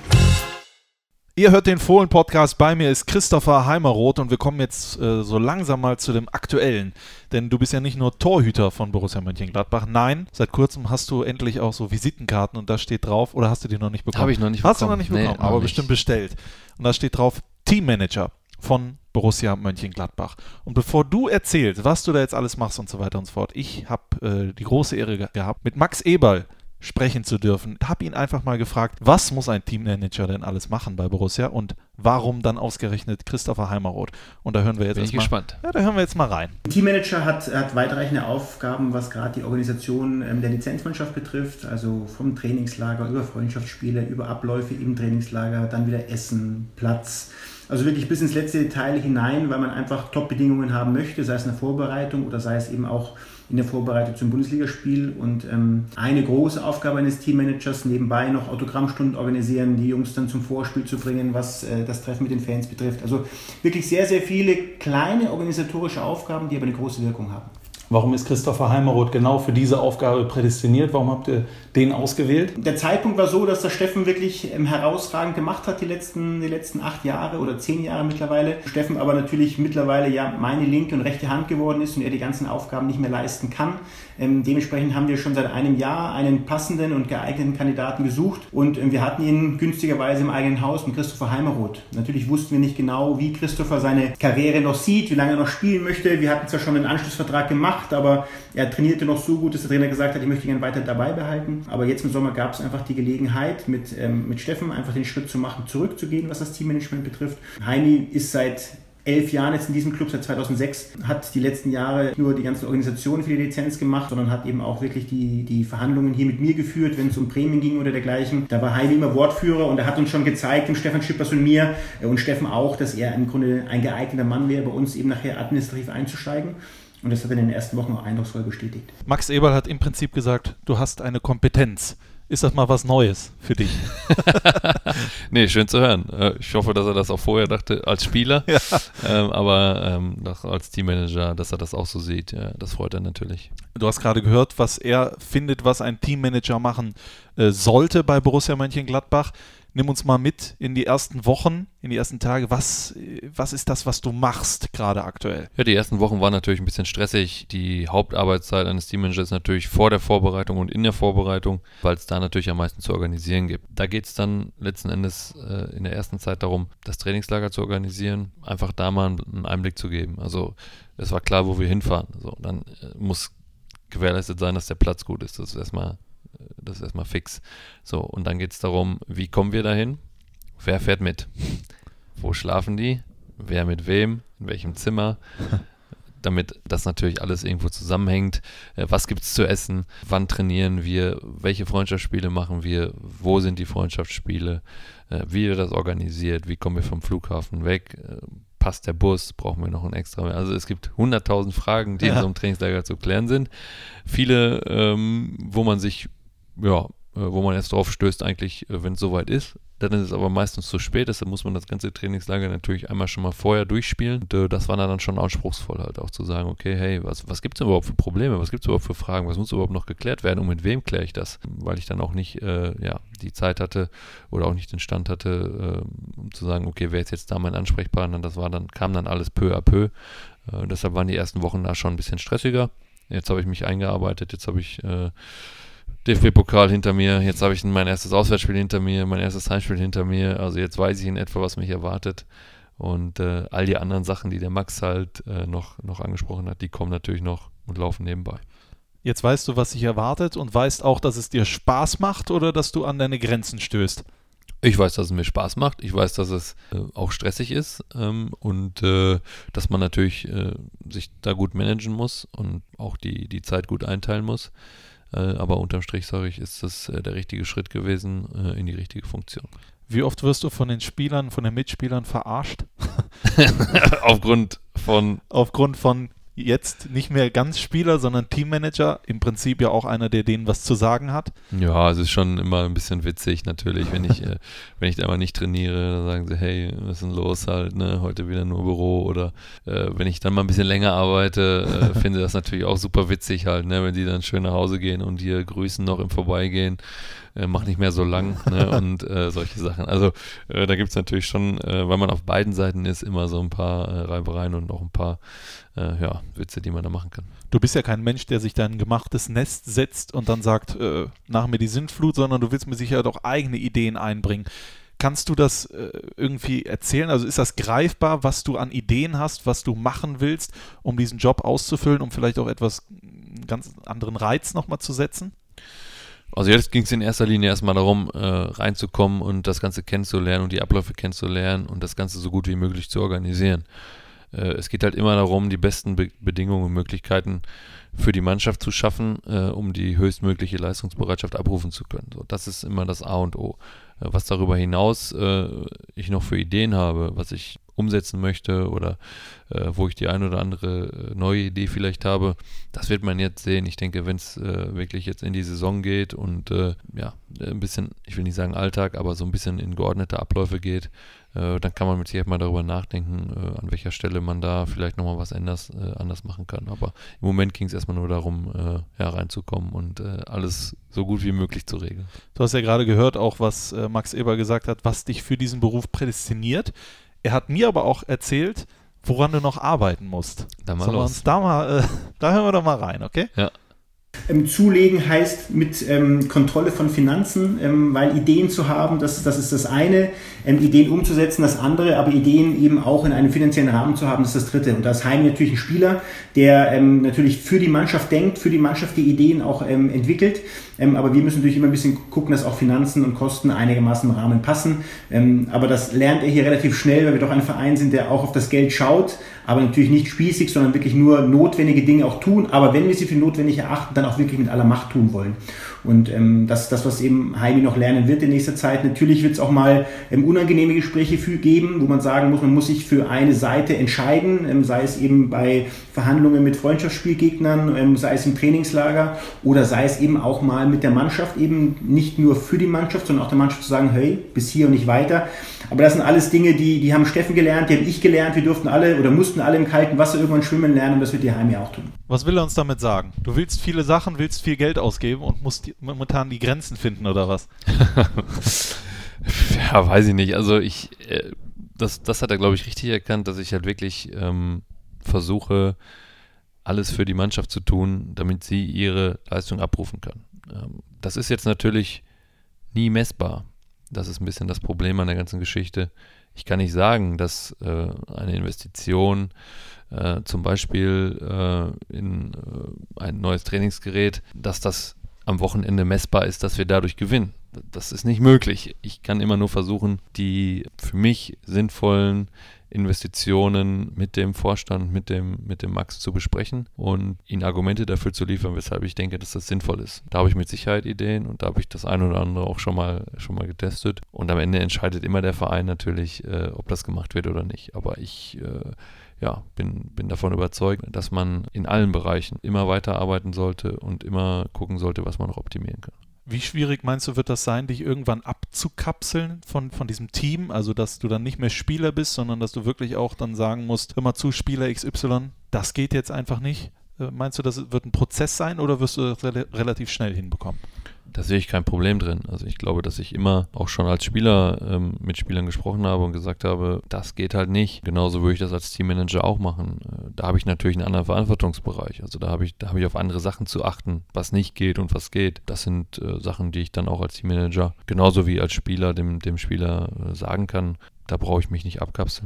Ihr hört den Fohlen-Podcast, bei mir ist Christopher Heimeroth und wir kommen jetzt so langsam mal zu dem Aktuellen, denn du bist ja nicht nur Torhüter von Borussia Mönchengladbach, nein, seit kurzem hast du endlich auch so Visitenkarten und da steht drauf, oder hast du die noch nicht bekommen?
Habe ich noch nicht bekommen.
Hast du noch nicht bekommen, aber bestimmt bestellt. Und da steht drauf Teammanager von Borussia Mönchengladbach. Und bevor du erzählst, was du da jetzt alles machst und so weiter und so fort, ich habe die große Ehre gehabt, mit Max Eberl sprechen zu dürfen. Ich habe ihn einfach mal gefragt, was muss ein Teammanager denn alles machen bei Borussia und warum dann ausgerechnet Christopher Heimeroth? Und da hören wir jetzt
Bin ich gespannt.
Ja, da hören wir jetzt mal rein.
Ein Teammanager hat weitreichende Aufgaben, was gerade die Organisation der Lizenzmannschaft betrifft, also vom Trainingslager über Freundschaftsspiele, über Abläufe im Trainingslager, dann wieder Essen, Platz. Also wirklich bis ins letzte Detail hinein, weil man einfach Top-Bedingungen haben möchte, sei es in der Vorbereitung oder sei es eben auch in der Vorbereitung zum Bundesligaspiel. Und eine große Aufgabe eines Teammanagers, nebenbei noch Autogrammstunden organisieren, die Jungs dann zum Vorspiel zu bringen, was das Treffen mit den Fans betrifft. Also wirklich sehr, sehr viele kleine organisatorische Aufgaben, die aber eine große Wirkung haben.
Warum ist Christopher Heimeroth genau für diese Aufgabe prädestiniert? Warum habt ihr den ausgewählt?
Der Zeitpunkt war so, dass der Steffen wirklich herausragend gemacht hat die letzten 8 Jahre oder 10 Jahre mittlerweile. Steffen aber natürlich mittlerweile ja meine linke und rechte Hand geworden ist und er die ganzen Aufgaben nicht mehr leisten kann. Dementsprechend haben wir schon seit einem Jahr einen passenden und geeigneten Kandidaten gesucht und wir hatten ihn günstigerweise im eigenen Haus mit Christopher Heimeroth. Natürlich wussten wir nicht genau, wie Christopher seine Karriere noch sieht, wie lange er noch spielen möchte. Wir hatten zwar schon einen Anschlussvertrag gemacht, aber er trainierte noch so gut, dass der Trainer gesagt hat, ich möchte ihn weiter dabei behalten. Aber jetzt im Sommer gab es einfach die Gelegenheit, mit Steffen einfach den Schritt zu machen, zurückzugehen, was das Teammanagement betrifft. Heini ist seit 11 Jahren jetzt in diesem Club, seit 2006, hat die letzten Jahre nicht nur die ganzen Organisationen für die Lizenz gemacht, sondern hat eben auch wirklich die Verhandlungen hier mit mir geführt, wenn es um Prämien ging oder dergleichen. Da war Heini immer Wortführer und er hat uns schon gezeigt, dem Stefan Schippers und mir und Steffen auch, dass er im Grunde ein geeigneter Mann wäre, bei uns eben nachher administrativ einzusteigen. Und das hat er in den ersten Wochen auch eindrucksvoll bestätigt.
Max Eberl hat im Prinzip gesagt, du hast eine Kompetenz. Ist das mal was Neues für dich?
Nee, schön zu hören. Ich hoffe, dass er das auch vorher dachte als Spieler, ja. aber als Teammanager, dass er das auch so sieht. Ja, das freut er natürlich.
Du hast gerade gehört, was er findet, was ein Teammanager machen sollte bei Borussia Mönchengladbach. Nimm uns mal mit in die ersten Wochen, in die ersten Tage. Was ist das, was du machst gerade aktuell?
Ja, die ersten Wochen waren natürlich ein bisschen stressig. Die Hauptarbeitszeit eines Teammanagers ist natürlich vor der Vorbereitung und in der Vorbereitung, weil es da natürlich am meisten zu organisieren gibt. Da geht es dann letzten Endes in der ersten Zeit darum, das Trainingslager zu organisieren, einfach da mal einen Einblick zu geben. Also es war klar, wo wir hinfahren. So, dann muss gewährleistet sein, dass der Platz gut ist. Das ist erstmal fix. So, und dann geht es darum, wie kommen wir dahin? Wer fährt mit? Wo schlafen die? Wer mit wem? In welchem Zimmer? Damit das natürlich alles irgendwo zusammenhängt. Was gibt es zu essen? Wann trainieren wir? Welche Freundschaftsspiele machen wir? Wo sind die Freundschaftsspiele? Wie wird das organisiert? Wie kommen wir vom Flughafen weg? Passt der Bus? Brauchen wir noch ein extra? Also es gibt 100.000 Fragen, die in so einem Trainingslager zu klären sind. Viele, wo man erst drauf stößt eigentlich, wenn es soweit ist. Dann ist es aber meistens zu spät, deshalb muss man das ganze Trainingslager natürlich einmal schon mal vorher durchspielen. Und das war dann schon anspruchsvoll halt auch zu sagen, okay, hey, was gibt es überhaupt für Probleme, was gibt es überhaupt für Fragen, was muss überhaupt noch geklärt werden und mit wem kläre ich das? Weil ich dann auch nicht die Zeit hatte oder auch nicht den Stand hatte, um zu sagen, okay, wer ist jetzt da mein Ansprechpartner? Kam dann alles peu à peu. Deshalb waren die ersten Wochen da schon ein bisschen stressiger. Jetzt habe ich mich eingearbeitet, jetzt habe ich DFB-Pokal hinter mir, jetzt habe ich mein erstes Auswärtsspiel hinter mir, mein erstes Heimspiel hinter mir, also jetzt weiß ich in etwa, was mich erwartet und all die anderen Sachen, die der Max halt noch angesprochen hat, die kommen natürlich noch und laufen nebenbei.
Jetzt weißt du, was dich erwartet und weißt auch, dass es dir Spaß macht oder dass du an deine Grenzen stößt?
Ich weiß, dass es mir Spaß macht. Ich weiß, dass es auch stressig ist und dass man natürlich sich da gut managen muss und auch die Zeit gut einteilen muss. Aber unterm Strich, sage ich, ist das der richtige Schritt gewesen in die richtige Funktion.
Wie oft wirst du von den Spielern, von den Mitspielern verarscht?
Aufgrund von
jetzt nicht mehr ganz Spieler, sondern Teammanager, im Prinzip ja auch einer, der denen was zu sagen hat.
Ja, es ist schon immer ein bisschen witzig natürlich, wenn ich da mal nicht trainiere, dann sagen sie, hey, was ist denn los halt, ne, heute wieder nur Büro oder wenn ich dann mal ein bisschen länger arbeite, finde das natürlich auch super witzig halt, ne, wenn die dann schön nach Hause gehen und hier grüßen noch im Vorbeigehen, mach nicht mehr so lang, ne, und solche Sachen. Also da gibt es natürlich schon, weil man auf beiden Seiten ist, immer so ein paar Reibereien und auch ein paar Witze, die man da machen kann.
Du bist ja kein Mensch, der sich da in ein gemachtes Nest setzt und dann sagt, nach mir die Sintflut, sondern du willst mir sicher doch eigene Ideen einbringen. Kannst du das irgendwie erzählen? Also ist das greifbar, was du an Ideen hast, was du machen willst, um diesen Job auszufüllen, um vielleicht auch etwas ganz anderen Reiz nochmal zu setzen?
Also jetzt ging es in erster Linie erstmal darum, reinzukommen und das Ganze kennenzulernen und die Abläufe kennenzulernen und das Ganze so gut wie möglich zu organisieren. Es geht halt immer darum, die besten Bedingungen und Möglichkeiten für die Mannschaft zu schaffen, um die höchstmögliche Leistungsbereitschaft abrufen zu können. So, das ist immer das A und O. Was darüber hinaus ich noch für Ideen habe, was ich umsetzen möchte oder wo ich die ein oder andere neue Idee vielleicht habe, das wird man jetzt sehen. Ich denke, wenn es wirklich jetzt in die Saison geht und ein bisschen, ich will nicht sagen Alltag, aber so ein bisschen in geordnete Abläufe geht, dann kann man mit Sicherheit mal darüber nachdenken, an welcher Stelle man da vielleicht nochmal was anders machen kann. Aber im Moment ging es erstmal nur darum, reinzukommen und alles so gut wie möglich zu regeln.
Du hast ja gerade gehört, auch was Max Eber gesagt hat, was dich für diesen Beruf prädestiniert. Er hat mir aber auch erzählt, woran du noch arbeiten musst.
Da mal
Sollen wir
los.
uns da hören wir doch mal rein, okay?
Ja.
Zulegen heißt mit Kontrolle von Finanzen, weil Ideen zu haben, das ist das eine, Ideen umzusetzen das andere, aber Ideen eben auch in einem finanziellen Rahmen zu haben, das ist das dritte. Und da ist Heimi natürlich ein Spieler, der natürlich für die Mannschaft denkt, für die Mannschaft die Ideen auch entwickelt, aber wir müssen natürlich immer ein bisschen gucken, dass auch Finanzen und Kosten einigermaßen im Rahmen passen. Aber das lernt er hier relativ schnell, weil wir doch ein Verein sind, der auch auf das Geld schaut, aber natürlich nicht spießig, sondern wirklich nur notwendige Dinge auch tun, aber wenn wir sie für notwendig erachten, dann auch wirklich mit aller Macht tun wollen. Und das ist das, was eben Heimi noch lernen wird in nächster Zeit. Natürlich wird es auch mal unangenehme Gespräche geben, wo man sagen muss, man muss sich für eine Seite entscheiden, sei es eben bei Verhandlungen mit Freundschaftsspielgegnern, sei es im Trainingslager oder sei es eben auch mal mit der Mannschaft, eben nicht nur für die Mannschaft, sondern auch der Mannschaft zu sagen, hey, bis hier und nicht weiter. Aber das sind alles Dinge, die haben Steffen gelernt, die habe ich gelernt, wir durften alle oder mussten alle im kalten Wasser irgendwann schwimmen lernen und das wird die Heimi auch tun.
Was will er uns damit sagen? Du willst viele Sachen, willst viel Geld ausgeben und musst momentan die Grenzen finden, oder was?
Ja, weiß ich nicht. Also das hat er, glaube ich, richtig erkannt, dass ich halt wirklich versuche, alles für die Mannschaft zu tun, damit sie ihre Leistung abrufen kann. Das ist jetzt natürlich nie messbar. Das ist ein bisschen das Problem an der ganzen Geschichte. Ich kann nicht sagen, dass eine Investition zum Beispiel in ein neues Trainingsgerät, dass das am Wochenende messbar ist, dass wir dadurch gewinnen. Das ist nicht möglich. Ich kann immer nur versuchen, die für mich sinnvollen Investitionen mit dem Vorstand, mit dem Max zu besprechen und ihnen Argumente dafür zu liefern, weshalb ich denke, dass das sinnvoll ist. Da habe ich mit Sicherheit Ideen und da habe ich das ein oder andere auch schon mal getestet. Und am Ende entscheidet immer der Verein natürlich, ob das gemacht wird oder nicht. Aber ich bin davon überzeugt, dass man in allen Bereichen immer weiterarbeiten sollte und immer gucken sollte, was man noch optimieren kann.
Wie schwierig meinst du, wird das sein, dich irgendwann abzukapseln von diesem Team? Also, dass du dann nicht mehr Spieler bist, sondern dass du wirklich auch dann sagen musst, hör mal zu, Spieler XY, das geht jetzt einfach nicht. Meinst du, das wird ein Prozess sein oder wirst du das relativ schnell hinbekommen?
Da sehe ich kein Problem drin. Also ich glaube, dass ich immer auch schon als Spieler mit Spielern gesprochen habe und gesagt habe, das geht halt nicht. Genauso würde ich das als Teammanager auch machen. Da habe ich natürlich einen anderen Verantwortungsbereich. Also da habe ich auf andere Sachen zu achten, was nicht geht und was geht. Das sind Sachen, die ich dann auch als Teammanager genauso wie als Spieler dem Spieler sagen kann. Da brauche ich mich nicht abkapseln.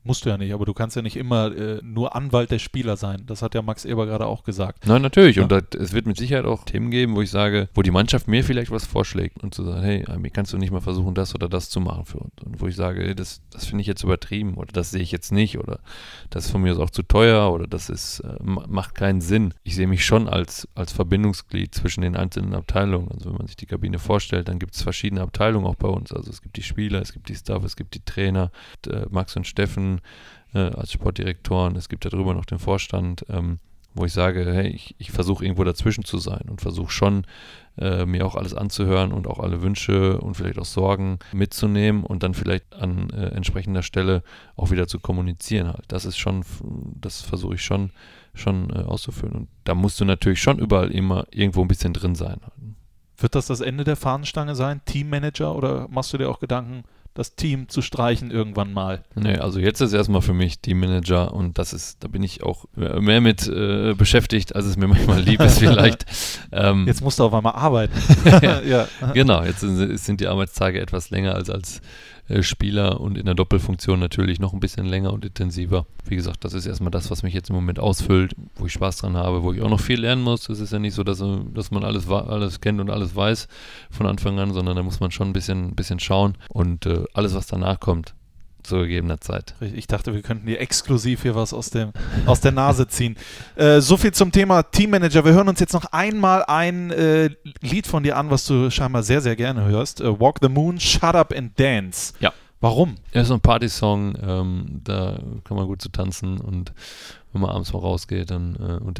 Musst du ja nicht, aber du kannst ja nicht immer nur Anwalt der Spieler sein. Das hat ja Max Eber gerade auch gesagt.
Nein, natürlich.
Ja.
Und es wird mit Sicherheit auch Themen geben, wo ich sage, wo die Mannschaft mir vielleicht was vorschlägt und zu sagen, hey, kannst du nicht mal versuchen, das oder das zu machen für uns? Und wo ich sage, hey, das finde ich jetzt übertrieben oder das sehe ich jetzt nicht oder das ist von mir aus auch zu teuer oder das ist macht keinen Sinn. Ich sehe mich schon als Verbindungsglied zwischen den einzelnen Abteilungen. Also wenn man sich die Kabine vorstellt, dann gibt es verschiedene Abteilungen auch bei uns. Also es gibt die Spieler, es gibt die Staff, es gibt die Trainer, Max und Steffen als Sportdirektoren, es gibt darüber noch den Vorstand, wo ich sage, hey, ich versuche irgendwo dazwischen zu sein und versuche schon, mir auch alles anzuhören und auch alle Wünsche und vielleicht auch Sorgen mitzunehmen und dann vielleicht an entsprechender Stelle auch wieder zu kommunizieren halt. Das versuche ich schon auszufüllen. Und da musst du natürlich schon überall immer irgendwo ein bisschen drin sein.
Wird das Ende der Fahnenstange sein, Teammanager, oder machst du dir auch Gedanken, das Team zu streichen irgendwann mal?
Nee, also jetzt ist erstmal für mich Teammanager und da bin ich auch mehr mit beschäftigt, als es mir manchmal lieb ist vielleicht.
Jetzt musst du auf einmal arbeiten.
Ja. Genau, jetzt sind die Arbeitstage etwas länger als Spieler und in der Doppelfunktion natürlich noch ein bisschen länger und intensiver. Wie gesagt, das ist erstmal das, was mich jetzt im Moment ausfüllt, wo ich Spaß dran habe, wo ich auch noch viel lernen muss. Es ist ja nicht so, dass man alles kennt und alles weiß von Anfang an, sondern da muss man schon ein bisschen schauen und alles, was danach kommt, zu gegebener Zeit.
Ich dachte, wir könnten dir exklusiv hier was aus der Nase ziehen. So viel zum Thema Teammanager. Wir hören uns jetzt noch einmal ein Lied von dir an, was du scheinbar sehr, sehr gerne hörst. Walk the Moon, Shut Up and Dance.
Ja.
Warum?
Er ist so ein Partysong, da kann man gut zu tanzen und wenn man abends mal rausgeht dann, und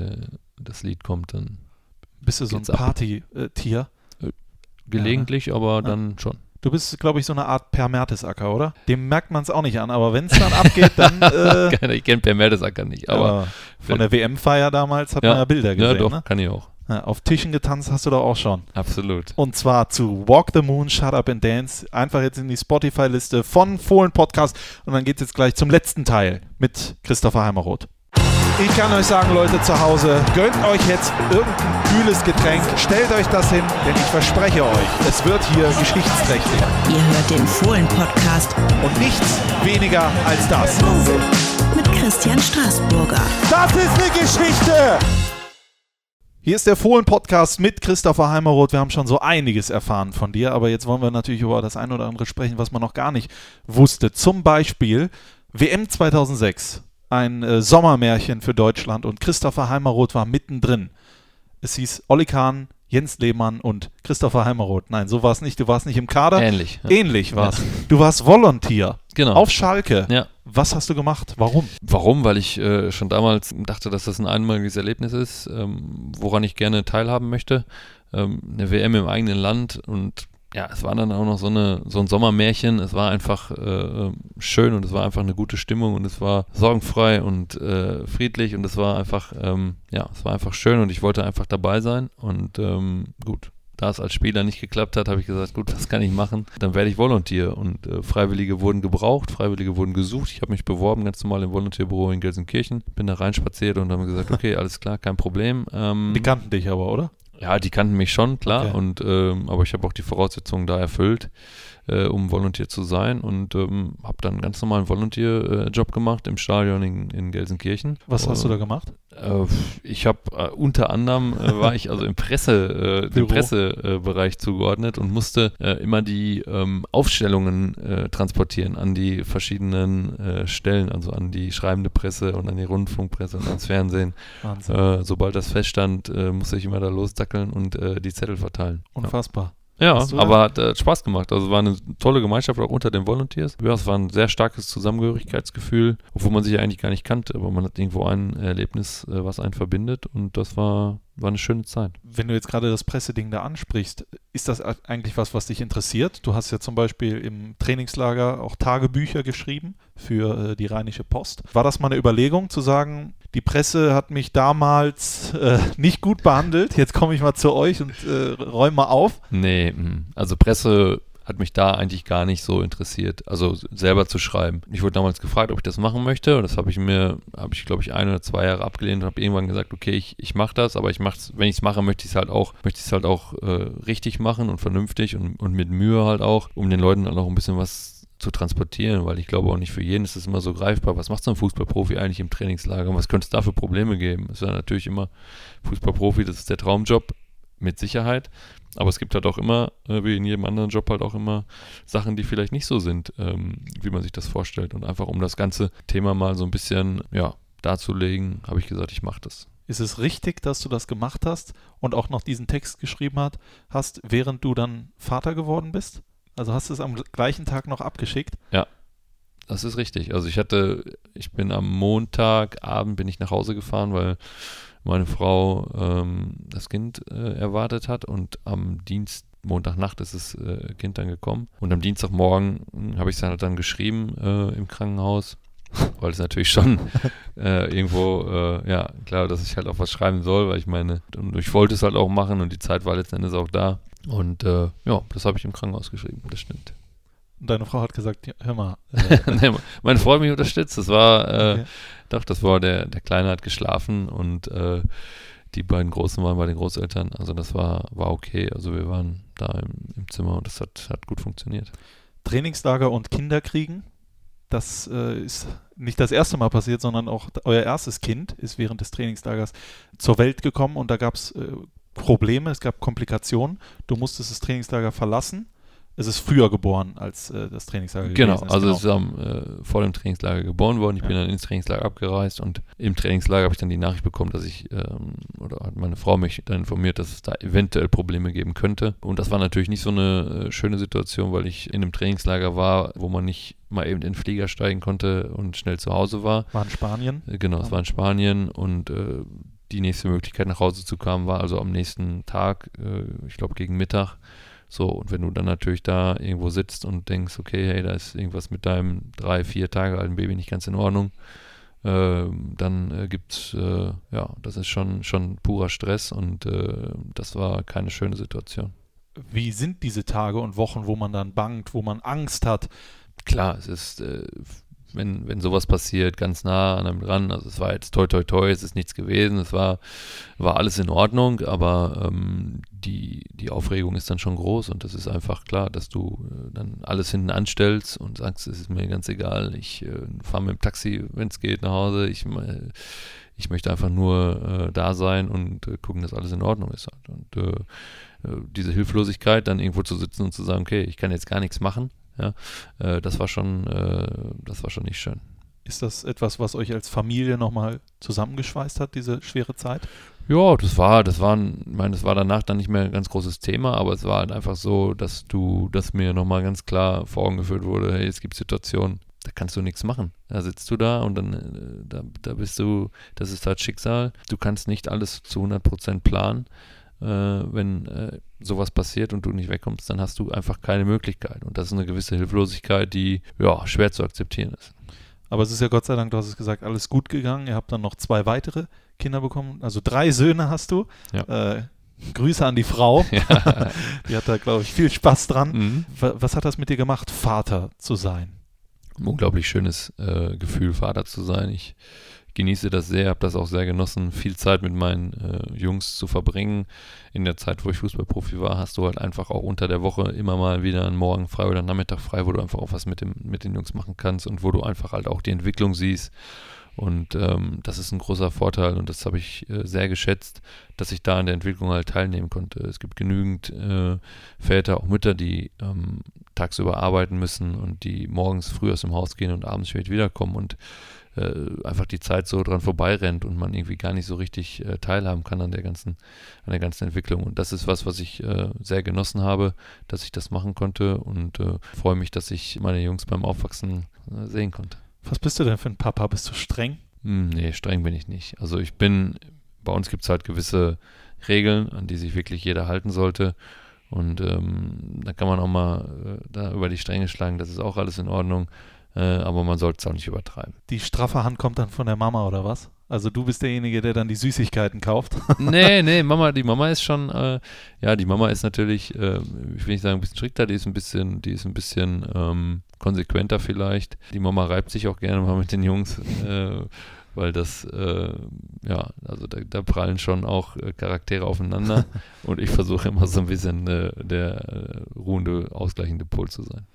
das Lied kommt, dann
bist du so ein Party-Tier?
Gelegentlich, aber dann schon.
Du bist, glaube ich, so eine Art Per Mertesacker, oder? Dem merkt man es auch nicht an, aber wenn es dann abgeht, dann...
ich kenne Per Mertesacker nicht, aber...
Von der WM-Feier damals hat man ja Bilder gesehen,
ja, doch,
ne?
Kann ich auch.
Ja, auf Tischen getanzt hast du doch auch schon.
Absolut.
Und zwar zu Walk the Moon, Shut Up and Dance. Einfach jetzt in die Spotify-Liste von Fohlen Podcast und dann geht es jetzt gleich zum letzten Teil mit Christopher Heimeroth. Ich kann euch sagen, Leute zu Hause, gönnt euch jetzt irgendein kühles Getränk, stellt euch das hin, denn ich verspreche euch, es wird hier geschichtsträchtig.
Ihr hört den Fohlen-Podcast
Und nichts weniger als das.
mit Christian Straßburger.
Das ist eine Geschichte! Hier ist der Fohlen-Podcast mit Christopher Heimeroth. Wir haben schon so einiges erfahren von dir, aber jetzt wollen wir natürlich über das ein oder andere sprechen, was man noch gar nicht wusste. Zum Beispiel WM 2006. Ein Sommermärchen für Deutschland und Christopher Heimeroth war mittendrin. Es hieß Olli Kahn, Jens Lehmann und Christopher Heimeroth. Nein, so war es nicht. Du warst nicht im Kader.
Ähnlich. Ja.
Ähnlich war es. Ja. Du warst Volontier.
Genau.
Auf Schalke.
Ja.
Was hast du gemacht? Warum?
Warum? Weil ich schon damals dachte, dass das ein einmaliges Erlebnis ist, woran ich gerne teilhaben möchte. Eine WM im eigenen Land und ja, es war dann auch noch so ein Sommermärchen. Es war einfach schön und es war einfach eine gute Stimmung und es war sorgenfrei und friedlich und es war einfach, es war einfach schön und ich wollte einfach dabei sein und gut. Da es als Spieler nicht geklappt hat, habe ich gesagt, gut, was kann ich machen? Dann werde ich Volontier und Freiwillige wurden gebraucht, Freiwillige wurden gesucht. Ich habe mich beworben, ganz normal im Volontier-Büro in Gelsenkirchen, bin da reinspaziert und haben gesagt, okay, alles klar, kein Problem.
Die kannten dich aber, oder?
Ja, die kannten mich schon, klar,
okay.
Und aber ich habe auch die Voraussetzungen da erfüllt, um Volontier zu sein und habe dann einen ganz normalen Volontier-Job gemacht im Stadion in Gelsenkirchen.
Was hast du da gemacht?
Ich habe unter anderem war ich also im Pressebereich zugeordnet und musste immer die Aufstellungen transportieren an die verschiedenen Stellen, also an die schreibende Presse und an die Rundfunkpresse und ans Fernsehen. Wahnsinn. Sobald das feststand, musste ich immer da losdackeln und die Zettel verteilen.
Unfassbar.
Ja, aber hat Spaß gemacht. Also es war eine tolle Gemeinschaft auch unter den Volunteers. Ja, es war ein sehr starkes Zusammengehörigkeitsgefühl, obwohl man sich ja eigentlich gar nicht kannte, aber man hat irgendwo ein Erlebnis, was einen verbindet und das war eine schöne Zeit.
Wenn du jetzt gerade das Presseding da ansprichst, ist das eigentlich was dich interessiert? Du hast ja zum Beispiel im Trainingslager auch Tagebücher geschrieben für die Rheinische Post. War das mal eine Überlegung zu sagen, die Presse hat mich damals nicht gut behandelt, jetzt komme ich mal zu euch und räume mal auf?
Nee, also Presse hat mich da eigentlich gar nicht so interessiert, also selber zu schreiben. Ich wurde damals gefragt, ob ich das machen möchte und das habe ich glaube ich 1 oder 2 Jahre abgelehnt und habe irgendwann gesagt, okay, ich mache das, aber wenn ich es mache, möchte ich es halt auch richtig machen und vernünftig und mit Mühe halt auch, um den Leuten dann auch ein bisschen was zu transportieren, weil ich glaube auch nicht für jeden ist es immer so greifbar. Was macht so ein Fußballprofi eigentlich im Trainingslager und was könnte es da für Probleme geben? Es ist ja natürlich immer Fußballprofi, das ist der Traumjob, mit Sicherheit, aber es gibt halt auch immer, wie in jedem anderen Job halt auch immer Sachen, die vielleicht nicht so sind, wie man sich das vorstellt. Und einfach um das ganze Thema mal so ein bisschen darzulegen, habe ich gesagt, ich mache das.
Ist es richtig, dass du das gemacht hast und auch noch diesen Text geschrieben hast, während du dann Vater geworden bist? Also hast du es am gleichen Tag noch abgeschickt?
Ja, das ist richtig. Also ich bin am Montagabend bin ich nach Hause gefahren, weil meine Frau das Kind erwartet hat und am Montagnacht ist das Kind dann gekommen und am Dienstagmorgen habe ich es dann geschrieben im Krankenhaus, weil es natürlich schon irgendwo, klar, dass ich halt auch was schreiben soll, weil ich meine, und ich wollte es halt auch machen und die Zeit war letzten Endes auch da und das habe ich im Krankenhaus geschrieben, das stimmt.
Und deine Frau hat gesagt, ja, hör mal.
Nee, meine Frau hat mich unterstützt. Das war,
Okay.
das war der Kleine hat geschlafen und die beiden Großen waren bei den Großeltern. Also das war okay. Also wir waren da im Zimmer und das hat gut funktioniert.
Trainingslager und Kinderkriegen, das ist nicht das erste Mal passiert, sondern auch euer erstes Kind ist während des Trainingslagers zur Welt gekommen und da gab es Probleme, es gab Komplikationen. Du musstest das Trainingslager verlassen. Es ist früher geboren als das Trainingslager gewesen ist.
Also es ist vor dem Trainingslager geboren worden. Ich bin dann ins Trainingslager abgereist und im Trainingslager habe ich dann die Nachricht bekommen, dass oder hat meine Frau mich dann informiert, dass es da eventuell Probleme geben könnte. Und das war natürlich nicht so eine schöne Situation, weil ich in einem Trainingslager war, wo man nicht mal eben in den Flieger steigen konnte und schnell zu Hause war.
War in Spanien?
Genau, es war in Spanien und die nächste Möglichkeit nach Hause zu kommen war also am nächsten Tag, ich glaube gegen Mittag. So, und wenn du dann natürlich da irgendwo sitzt und denkst, okay, hey, da ist irgendwas mit deinem 3-4 Tage alten Baby nicht ganz in Ordnung, dann gibt's, das ist schon purer Stress und das war keine schöne Situation.
Wie sind diese Tage und Wochen, wo man dann bangt, wo man Angst hat?
Klar, es ist, wenn sowas passiert, ganz nah an einem dran, also es war jetzt toi toi toi, es ist nichts gewesen, es war alles in Ordnung, aber die Aufregung ist dann schon groß und das ist einfach klar, dass du dann alles hinten anstellst und sagst, es ist mir ganz egal, ich fahre mit dem Taxi, wenn es geht, nach Hause, ich möchte einfach nur da sein und gucken, dass alles in Ordnung ist. Und diese Hilflosigkeit, dann irgendwo zu sitzen und zu sagen, okay, ich kann jetzt gar nichts machen, ja, das war schon nicht schön.
Ist das etwas, was euch als Familie nochmal zusammengeschweißt hat, diese schwere Zeit?
Ja, das war danach dann nicht mehr ein ganz großes Thema, aber es war halt einfach so, dass mir nochmal ganz klar vor Augen geführt wurde, hey, es gibt Situationen, da kannst du nichts machen. Da sitzt du da und dann da bist du, das ist halt Schicksal. Du kannst nicht alles zu 100% planen. Wenn sowas passiert und du nicht wegkommst, dann hast du einfach keine Möglichkeit. Und das ist eine gewisse Hilflosigkeit, die schwer zu akzeptieren ist.
Aber es ist ja Gott sei Dank, du hast es gesagt, alles gut gegangen. Ihr habt dann noch 2 weitere Kinder bekommen. Also 3 Söhne hast du.
Ja.
Grüße an die Frau.
Ja.
Die hat da, glaube ich, viel Spaß dran.
Mhm.
Was hat das mit dir gemacht, Vater zu sein?
Ein unglaublich schönes Gefühl, Vater zu sein. Ich genieße das sehr, habe das auch sehr genossen, viel Zeit mit meinen Jungs zu verbringen. In der Zeit, wo ich Fußballprofi war, hast du halt einfach auch unter der Woche immer mal wieder einen Morgen frei oder einen Nachmittag frei, wo du einfach auch was mit den Jungs machen kannst und wo du einfach halt auch die Entwicklung siehst. Und das ist ein großer Vorteil und das habe ich sehr geschätzt, dass ich da an der Entwicklung halt teilnehmen konnte. Es gibt genügend Väter, auch Mütter, die tagsüber arbeiten müssen und die morgens früh aus dem Haus gehen und abends spät wiederkommen und einfach die Zeit so dran vorbeirennt und man irgendwie gar nicht so richtig teilhaben kann an der ganzen Entwicklung. Und das ist was ich sehr genossen habe, dass ich das machen konnte und freue mich, dass ich meine Jungs beim Aufwachsen sehen konnte.
Was bist du denn für ein Papa? Bist du streng?
Nee, streng bin ich nicht. Also bei uns gibt es halt gewisse Regeln, an die sich wirklich jeder halten sollte. Und da kann man auch mal da über die Stränge schlagen, das ist auch alles in Ordnung. Aber man sollte es auch nicht übertreiben.
Die straffe Hand kommt dann von der Mama oder was? Also du bist derjenige, der dann die Süßigkeiten kauft?
Nee, die Mama ist schon, die Mama ist natürlich, ich will nicht sagen ein bisschen strikter, die ist ein bisschen konsequenter vielleicht. Die Mama reibt sich auch gerne mal mit den Jungs, weil das, also da prallen schon auch Charaktere aufeinander und ich versuche immer so ein bisschen der ruhende, ausgleichende Pol zu sein.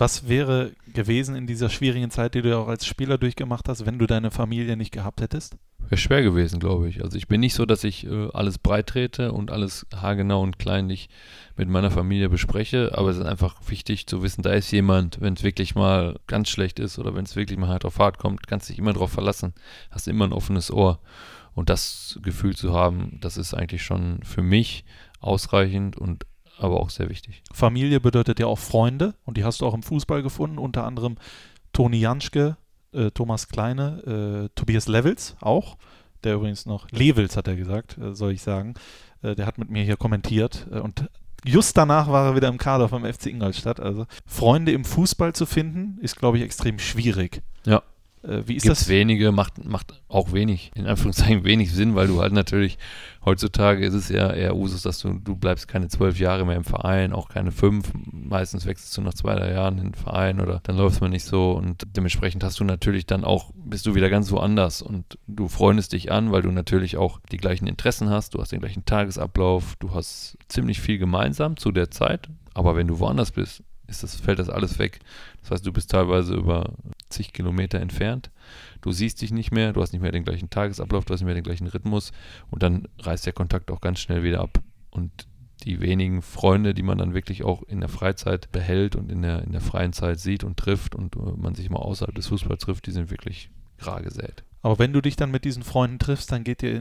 Was wäre gewesen in dieser schwierigen Zeit, die du auch als Spieler durchgemacht hast, wenn du deine Familie nicht gehabt hättest?
Wäre schwer gewesen, glaube ich. Also ich bin nicht so, dass ich alles breit trete und alles haargenau und kleinlich mit meiner Familie bespreche, aber es ist einfach wichtig zu wissen, da ist jemand, wenn es wirklich mal ganz schlecht ist oder wenn es wirklich mal hart auf hart kommt, kannst dich immer drauf verlassen, hast immer ein offenes Ohr. Und das Gefühl zu haben, das ist eigentlich schon für mich ausreichend und aber auch sehr wichtig.
Familie bedeutet ja auch Freunde und die hast du auch im Fußball gefunden, unter anderem Toni Janschke, Thomas Kleine, Tobias Levels auch, der übrigens noch, Levels hat er gesagt, soll ich sagen, der hat mit mir hier kommentiert und just danach war er wieder im Kader vom FC Ingolstadt. Also Freunde im Fußball zu finden, ist, glaube ich, extrem schwierig.
Ja.
Wie ist
Gibt's
das?
wenige, macht auch wenig, in Anführungszeichen wenig Sinn, weil du halt natürlich, heutzutage ist es ja eher Usus, dass du bleibst keine 12 Jahre mehr im Verein, auch keine 5, meistens wechselst du nach 2-3 Jahren in den Verein oder dann läuft man nicht so und dementsprechend hast du natürlich dann auch, bist du wieder ganz woanders und du freundest dich an, weil du natürlich auch die gleichen Interessen hast, du hast den gleichen Tagesablauf, du hast ziemlich viel gemeinsam zu der Zeit, aber wenn du woanders bist, fällt das alles weg. Das heißt, du bist teilweise über zig Kilometer entfernt. Du siehst dich nicht mehr, du hast nicht mehr den gleichen Tagesablauf, du hast nicht mehr den gleichen Rhythmus und dann reißt der Kontakt auch ganz schnell wieder ab. Und die wenigen Freunde, die man dann wirklich auch in der Freizeit behält und in der freien Zeit sieht und trifft und man sich mal außerhalb des Fußballs trifft, die sind wirklich rar gesät.
Aber wenn du dich dann mit diesen Freunden triffst, dann geht ihr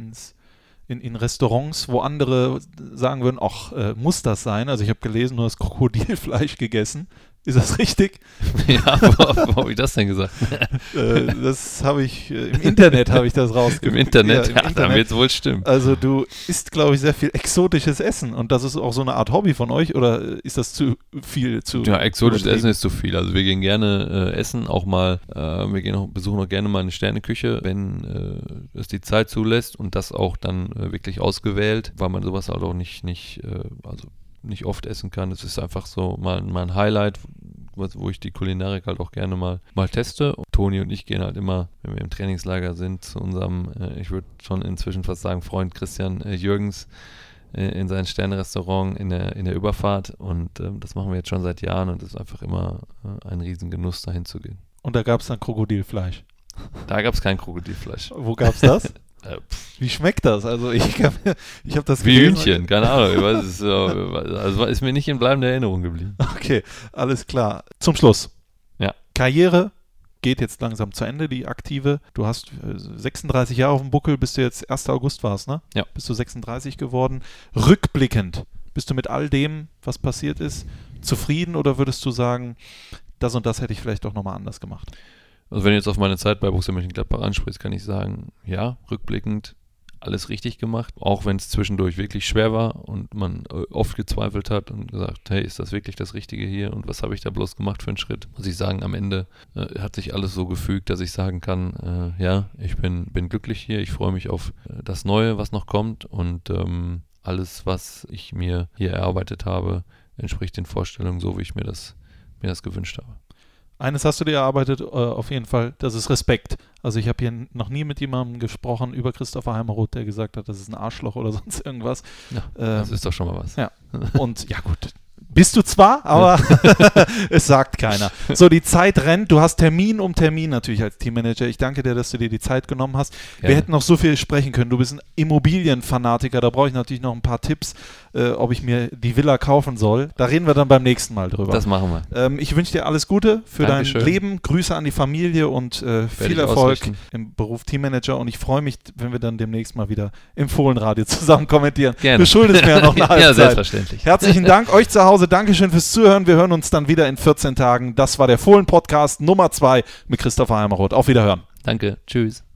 in Restaurants, wo andere sagen würden, ach, muss das sein? Also ich habe gelesen, du hast Krokodilfleisch gegessen. Ist das richtig?
Ja, wo habe ich das denn gesagt?
Das habe ich, im Internet habe ich das rausgefunden.
Im Internet?
Ja,
Internet. Dann wird es wohl stimmen.
Also du isst, glaube ich, sehr viel exotisches Essen und das ist auch so eine Art Hobby von euch oder ist das zu viel?
Ja, exotisches Essen ist zu viel. Also wir gehen gerne essen, auch mal, besuchen auch gerne mal eine Sterneküche, wenn es die Zeit zulässt und das auch dann wirklich ausgewählt, weil man sowas halt auch nicht oft essen kann. Es ist einfach so mal ein Highlight, wo ich die Kulinarik halt auch gerne mal teste. Und Toni und ich gehen halt immer, wenn wir im Trainingslager sind, zu unserem, ich würde schon inzwischen fast sagen, Freund Christian Jürgens in sein Sternenrestaurant in der Überfahrt und das machen wir jetzt schon seit Jahren und es ist einfach immer ein Riesengenuss, dahin zu gehen.
Und da gab es dann Krokodilfleisch?
Da gab es kein Krokodilfleisch.
Wo gab es das? Wie schmeckt das? Also ich habe das
wie Hühnchen, keine Ahnung. Ich weiß, also ist mir nicht in bleibender Erinnerung geblieben.
Okay, alles klar. Zum Schluss.
Ja.
Karriere geht jetzt langsam zu Ende, die aktive. Du hast 36 Jahre auf dem Buckel, bis du jetzt 1. August warst, ne?
Ja.
Bist du 36 geworden. Rückblickend, bist du mit all dem, was passiert ist, zufrieden oder würdest du sagen, das und das hätte ich vielleicht doch nochmal anders gemacht?
Also wenn du jetzt auf meine Zeit bei Borussia Mönchengladbach ansprichst, kann ich sagen, ja, rückblickend alles richtig gemacht, auch wenn es zwischendurch wirklich schwer war und man oft gezweifelt hat und gesagt, hey, ist das wirklich das Richtige hier und was habe ich da bloß gemacht für einen Schritt? Muss ich sagen, am Ende hat sich alles so gefügt, dass ich sagen kann, ja, ich bin glücklich hier, ich freue mich auf das Neue, was noch kommt und alles, was ich mir hier erarbeitet habe, entspricht den Vorstellungen so, wie ich mir das gewünscht habe.
Eines hast du dir erarbeitet, auf jeden Fall, das ist Respekt. Also ich habe hier noch nie mit jemandem gesprochen über Christopher Heimeroth, der gesagt hat, das ist ein Arschloch oder sonst irgendwas.
Ja, das ist doch schon mal was.
Ja, und ja gut, bist du zwar, aber es sagt keiner. So, die Zeit rennt, du hast Termin um Termin natürlich als Teammanager. Ich danke dir, dass du dir die Zeit genommen hast.
Ja.
Wir hätten noch so viel sprechen können. Du bist ein Immobilienfanatiker, da brauche ich natürlich noch ein paar Tipps, ob ich mir die Villa kaufen soll. Da reden wir dann beim nächsten Mal drüber.
Das machen wir.
Ich wünsche dir alles Gute für
Dankeschön.
dein Leben. Grüße an die Familie und viel Erfolg im Beruf Teammanager. Und ich freue mich, wenn wir dann demnächst mal wieder im Fohlenradio zusammen kommentieren.
Gerne.
Du schuldest mir ja noch eine Halbzeit.
Ja, selbstverständlich.
Herzlichen Dank euch zu Hause. Dankeschön fürs Zuhören. Wir hören uns dann wieder in 14 Tagen. Das war der Fohlen-Podcast Nummer 2 mit Christopher Heimeroth. Auf Wiederhören.
Danke. Tschüss.